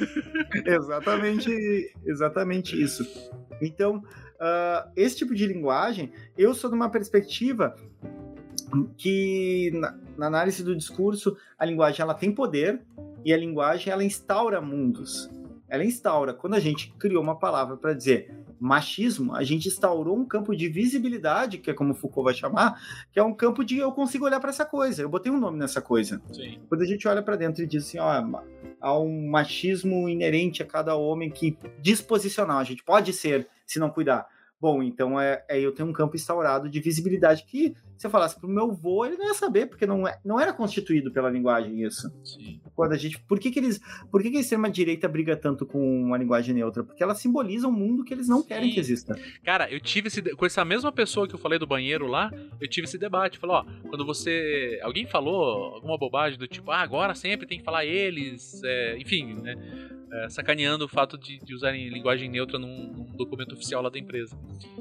Exatamente isso. Então, esse tipo de linguagem, eu sou de uma perspectiva que na análise do discurso, a linguagem ela tem poder e a linguagem ela instaura mundos. Ela instaura. Quando a gente criou uma palavra para dizer machismo, a gente instaurou um campo de visibilidade, que é como Foucault vai chamar, que é um campo de eu consigo olhar para essa coisa. Eu botei um nome nessa coisa.
Sim.
Quando a gente olha para dentro e diz assim, há um machismo inerente a cada homem que disposicional. A gente pode ser, se não cuidar. Bom, então eu tenho um campo instaurado de visibilidade que, se eu falasse pro meu avô, ele não ia saber, porque não era constituído pela linguagem isso.
Sim.
Quando por que a extrema-direita briga tanto com uma linguagem neutra? Porque ela simboliza um mundo que eles não querem que exista.
Cara, eu tive com essa mesma pessoa que eu falei do banheiro lá, eu tive esse debate. Falei, ó, quando alguém falou alguma bobagem do tipo, agora sempre tem que falar eles, enfim, né? Sacaneando o fato de usarem linguagem neutra num documento oficial lá da empresa.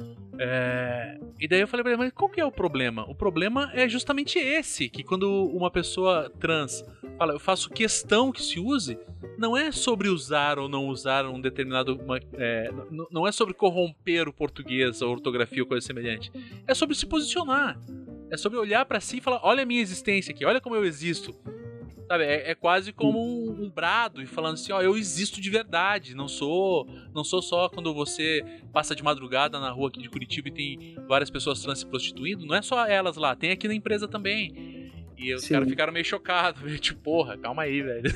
E daí eu falei pra ele, mas qual que é o problema? O problema é justamente esse, que quando uma pessoa trans fala, eu faço questão que se use, não é sobre usar ou não usar um determinado... não é sobre corromper o português, a ortografia ou coisa semelhante. É sobre se posicionar. É sobre olhar pra si e falar, olha a minha existência aqui, olha como eu existo. Sabe, é quase como um brado e falando assim, ó, eu existo de verdade, não sou só quando você passa de madrugada na rua aqui de Curitiba e tem várias pessoas trans se prostituindo, não é só elas lá, tem aqui na empresa também. E os caras ficaram meio chocados, meio tipo, porra, calma aí, velho.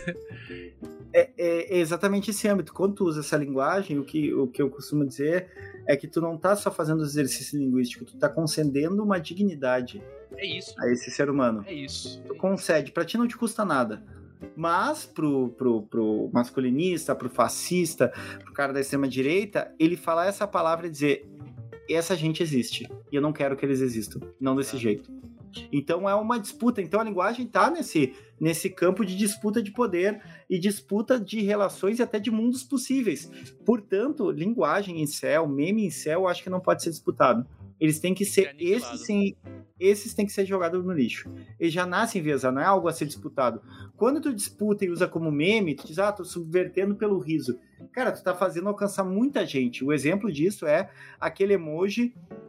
É exatamente esse âmbito. Quando tu usa essa linguagem, o que eu costumo dizer é que tu não tá só fazendo exercício linguístico, tu tá concedendo uma dignidade a esse ser humano.
É isso.
Tu concede, pra ti não te custa nada. Mas pro masculinista, pro fascista, pro cara da extrema-direita, ele falar essa palavra e dizer, essa gente existe, e eu não quero que eles existam, não desse jeito. Então é uma disputa. Então a linguagem está nesse campo de disputa de poder e disputa de relações e até de mundos possíveis. Portanto, linguagem em céu, meme em céu, acho que não pode ser disputado. Eles têm que ser esses têm que ser jogados no lixo. Eles já nascem enviesados, não é algo a ser disputado. Quando tu disputa e usa como meme, tu diz, tô subvertendo pelo riso. Cara, tu tá fazendo alcançar muita gente. O exemplo disso é aquele emoji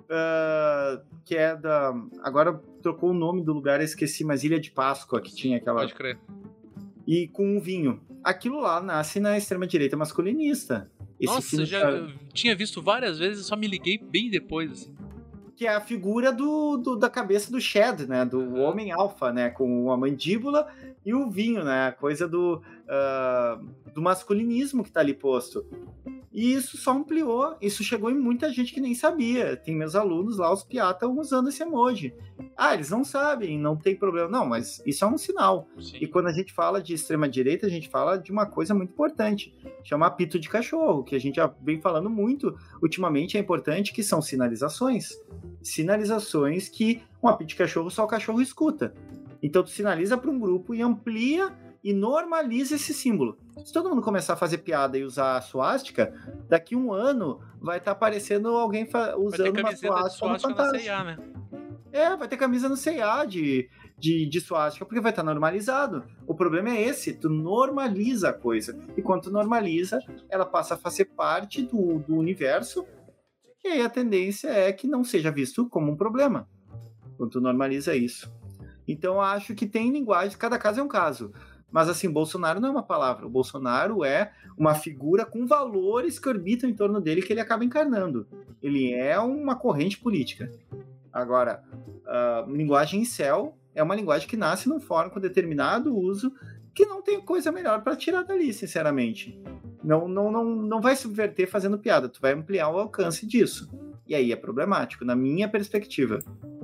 que é da... Agora trocou o nome do lugar, eu esqueci, mas Ilha de Páscoa, que tinha aquela...
Pode crer.
E com um vinho. Aquilo lá nasce na extrema-direita masculinista.
Nossa, já tinha visto várias vezes, só me liguei bem depois, assim.
Que é a figura da cabeça do Shed, né? Do homem alfa, né? Com a mandíbula e o vinho, né? A coisa do masculinismo que tá ali posto. E isso só ampliou, isso chegou em muita gente que nem sabia. Tem meus alunos lá, os piá, estão usando esse emoji. Eles não sabem, não tem problema. Não, mas isso é um sinal. Sim. E quando a gente fala de extrema-direita, a gente fala de uma coisa muito importante, chama apito de cachorro, que a gente já vem falando muito ultimamente, é importante, que são sinalizações. Sinalizações que um apito de cachorro só o cachorro escuta. Então tu sinaliza para um grupo e amplia e normaliza esse símbolo. Se todo mundo começar a fazer piada e usar a suástica, daqui um ano vai estar aparecendo alguém usando uma suástica no Fantástico.
CIA, né?
Vai ter camisa no CIA de suástica, porque vai estar normalizado. O problema é esse, tu normaliza a coisa. E quando tu normaliza, ela passa a fazer parte do universo, e aí a tendência é que não seja visto como um problema. Quando tu normaliza isso. Então eu acho que tem linguagem, cada caso é um caso. Mas assim, Bolsonaro não é uma palavra. O Bolsonaro é uma figura com valores que orbitam em torno dele que ele acaba encarnando. Ele é uma corrente política. Agora, linguagem incel é uma linguagem que nasce num fórum com determinado uso que não tem coisa melhor para tirar dali, sinceramente. Não vai subverter fazendo piada. Tu vai ampliar o alcance disso. E aí é problemático, na minha perspectiva.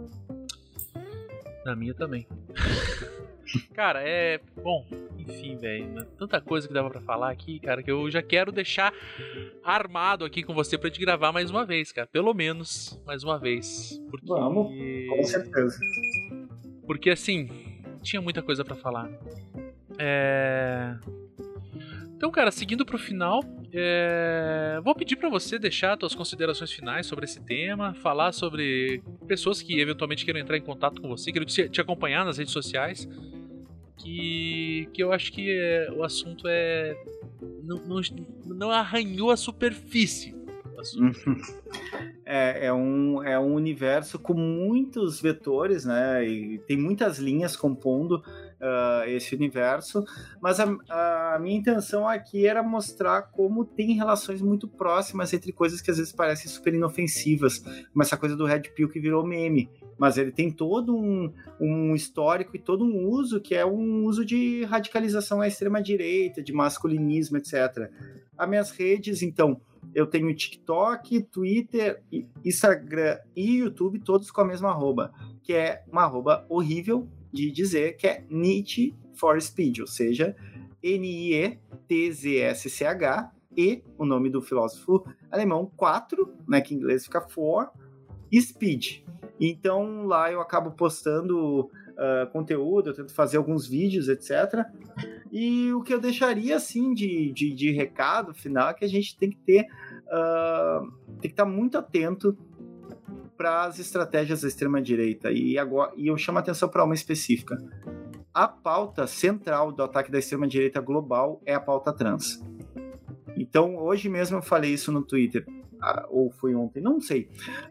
Na minha também. Cara, bom, enfim, velho, tanta coisa que dava pra falar aqui, cara, que eu já quero deixar armado aqui com você pra te gravar mais uma vez, cara, pelo menos mais uma vez. Porque...
Vamos, com certeza.
Porque, assim, tinha muita coisa pra falar. Então, cara, seguindo pro final, vou pedir pra você deixar suas considerações finais sobre esse tema, falar sobre pessoas que eventualmente queiram entrar em contato com você, queiram te acompanhar nas redes sociais, que eu acho que o assunto não arranhou a superfície.
É um universo com muitos vetores, né? E tem muitas linhas compondo esse universo, mas a minha intenção aqui era mostrar como tem relações muito próximas entre coisas que às vezes parecem super inofensivas, como essa coisa do Red Pill que virou meme, mas ele tem todo um histórico e todo um uso que é um uso de radicalização à extrema-direita, de masculinismo, etc. As minhas redes, então, eu tenho TikTok, Twitter, Instagram e YouTube, todos com a mesma arroba, que é uma arroba horrível de dizer, que é Need for Speed, ou seja, NIETZSCH, e o nome do filósofo alemão 4, né, que em inglês fica for, Speed. Então lá eu acabo postando conteúdo, eu tento fazer alguns vídeos, etc. E o que eu deixaria assim de recado final é que a gente tem que estar muito atento para as estratégias da extrema-direita. E eu chamo a atenção para uma específica. A pauta central do ataque da extrema-direita global é a pauta trans. Então, hoje mesmo eu falei isso no Twitter, ou foi ontem, não sei.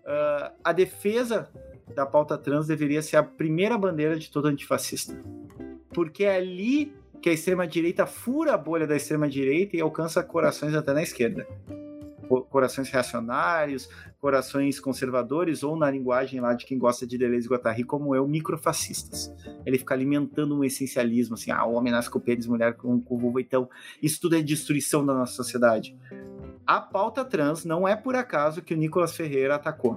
A defesa da pauta trans deveria ser a primeira bandeira de todo antifascista. Porque é ali que a extrema-direita fura a bolha da extrema-direita e alcança corações até na esquerda. Corações reacionários, corações conservadores, ou na linguagem lá de quem gosta de Deleuze e Guattari, como eu, microfascistas. Ele fica alimentando um essencialismo, assim, o homem nasce com pênis, mulher com vulva, então isso tudo é destruição da nossa sociedade. A pauta trans não é por acaso que o Nicolas Ferreira atacou.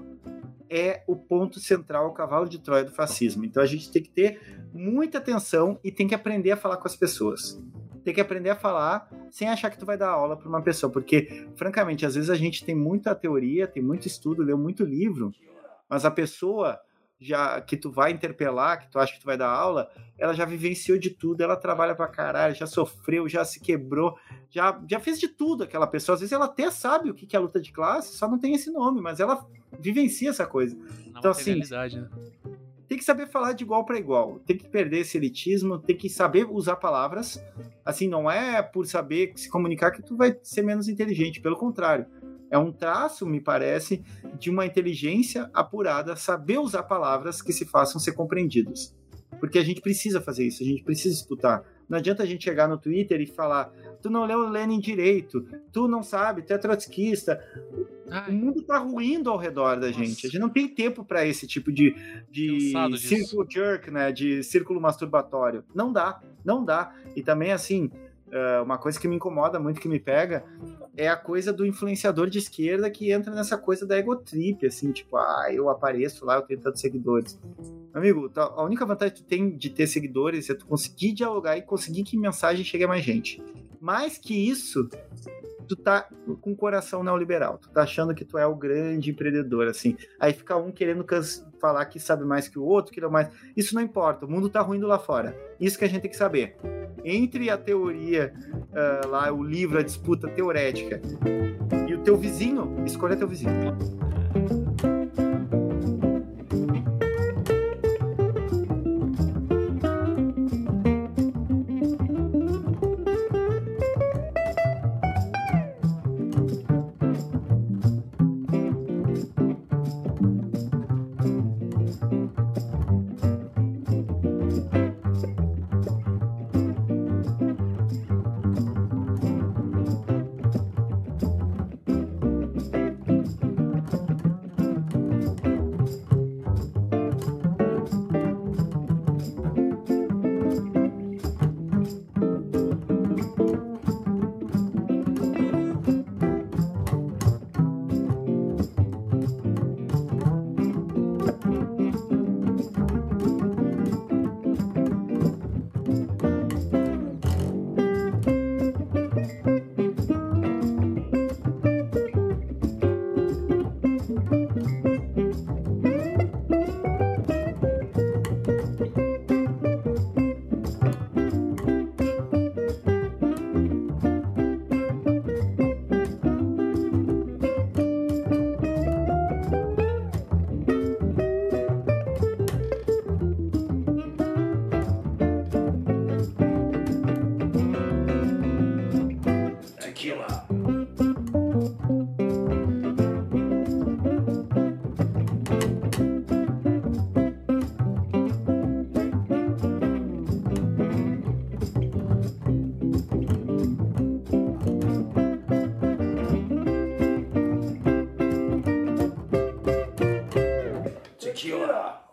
É o ponto central, o cavalo de Troia do fascismo. Então a gente tem que ter muita atenção e tem que aprender a falar com as pessoas. Tem que aprender a falar sem achar que tu vai dar aula para uma pessoa, porque, francamente, às vezes a gente tem muita teoria, tem muito estudo, leu muito livro, mas a pessoa que tu vai interpelar, que tu acha que tu vai dar aula, ela já vivenciou de tudo, ela trabalha pra caralho, já sofreu, já se quebrou, já fez de tudo aquela pessoa. Às vezes ela até sabe o que é a luta de classe, só não tem esse nome, mas ela vivencia essa coisa. Então, assim,
né?
Tem que saber falar de igual para igual, tem que perder esse elitismo, tem que saber usar palavras. Assim, não é por saber se comunicar que tu vai ser menos inteligente, pelo contrário. É um traço, me parece, de uma inteligência apurada, saber usar palavras que se façam ser compreendidos. Porque a gente precisa fazer isso, a gente precisa escutar. Não adianta a gente chegar no Twitter e falar: tu não leu Lenin direito, tu não sabe, tu é trotskista. O mundo tá ruindo ao redor da gente. A gente não tem tempo para esse tipo de círculo jerk, né? De círculo masturbatório. Não dá. E também, assim, uma coisa que me incomoda muito, que me pega, é a coisa do influenciador de esquerda que entra nessa coisa da egotrip, assim, tipo, eu apareço lá, eu tenho tantos seguidores. Amigo, a única vantagem que tu tem de ter seguidores é tu conseguir dialogar e conseguir que mensagem chegue a mais gente. Mais que isso, tu tá com o coração neoliberal, tu tá achando que tu é o grande empreendedor, assim. Aí fica um querendo falar que sabe mais que o outro, que não mais. Isso não importa, o mundo tá ruindo lá fora. Isso que a gente tem que saber. Entre a teoria, lá, o livro, a disputa teorética, e o teu vizinho, escolha teu vizinho.
Tequila.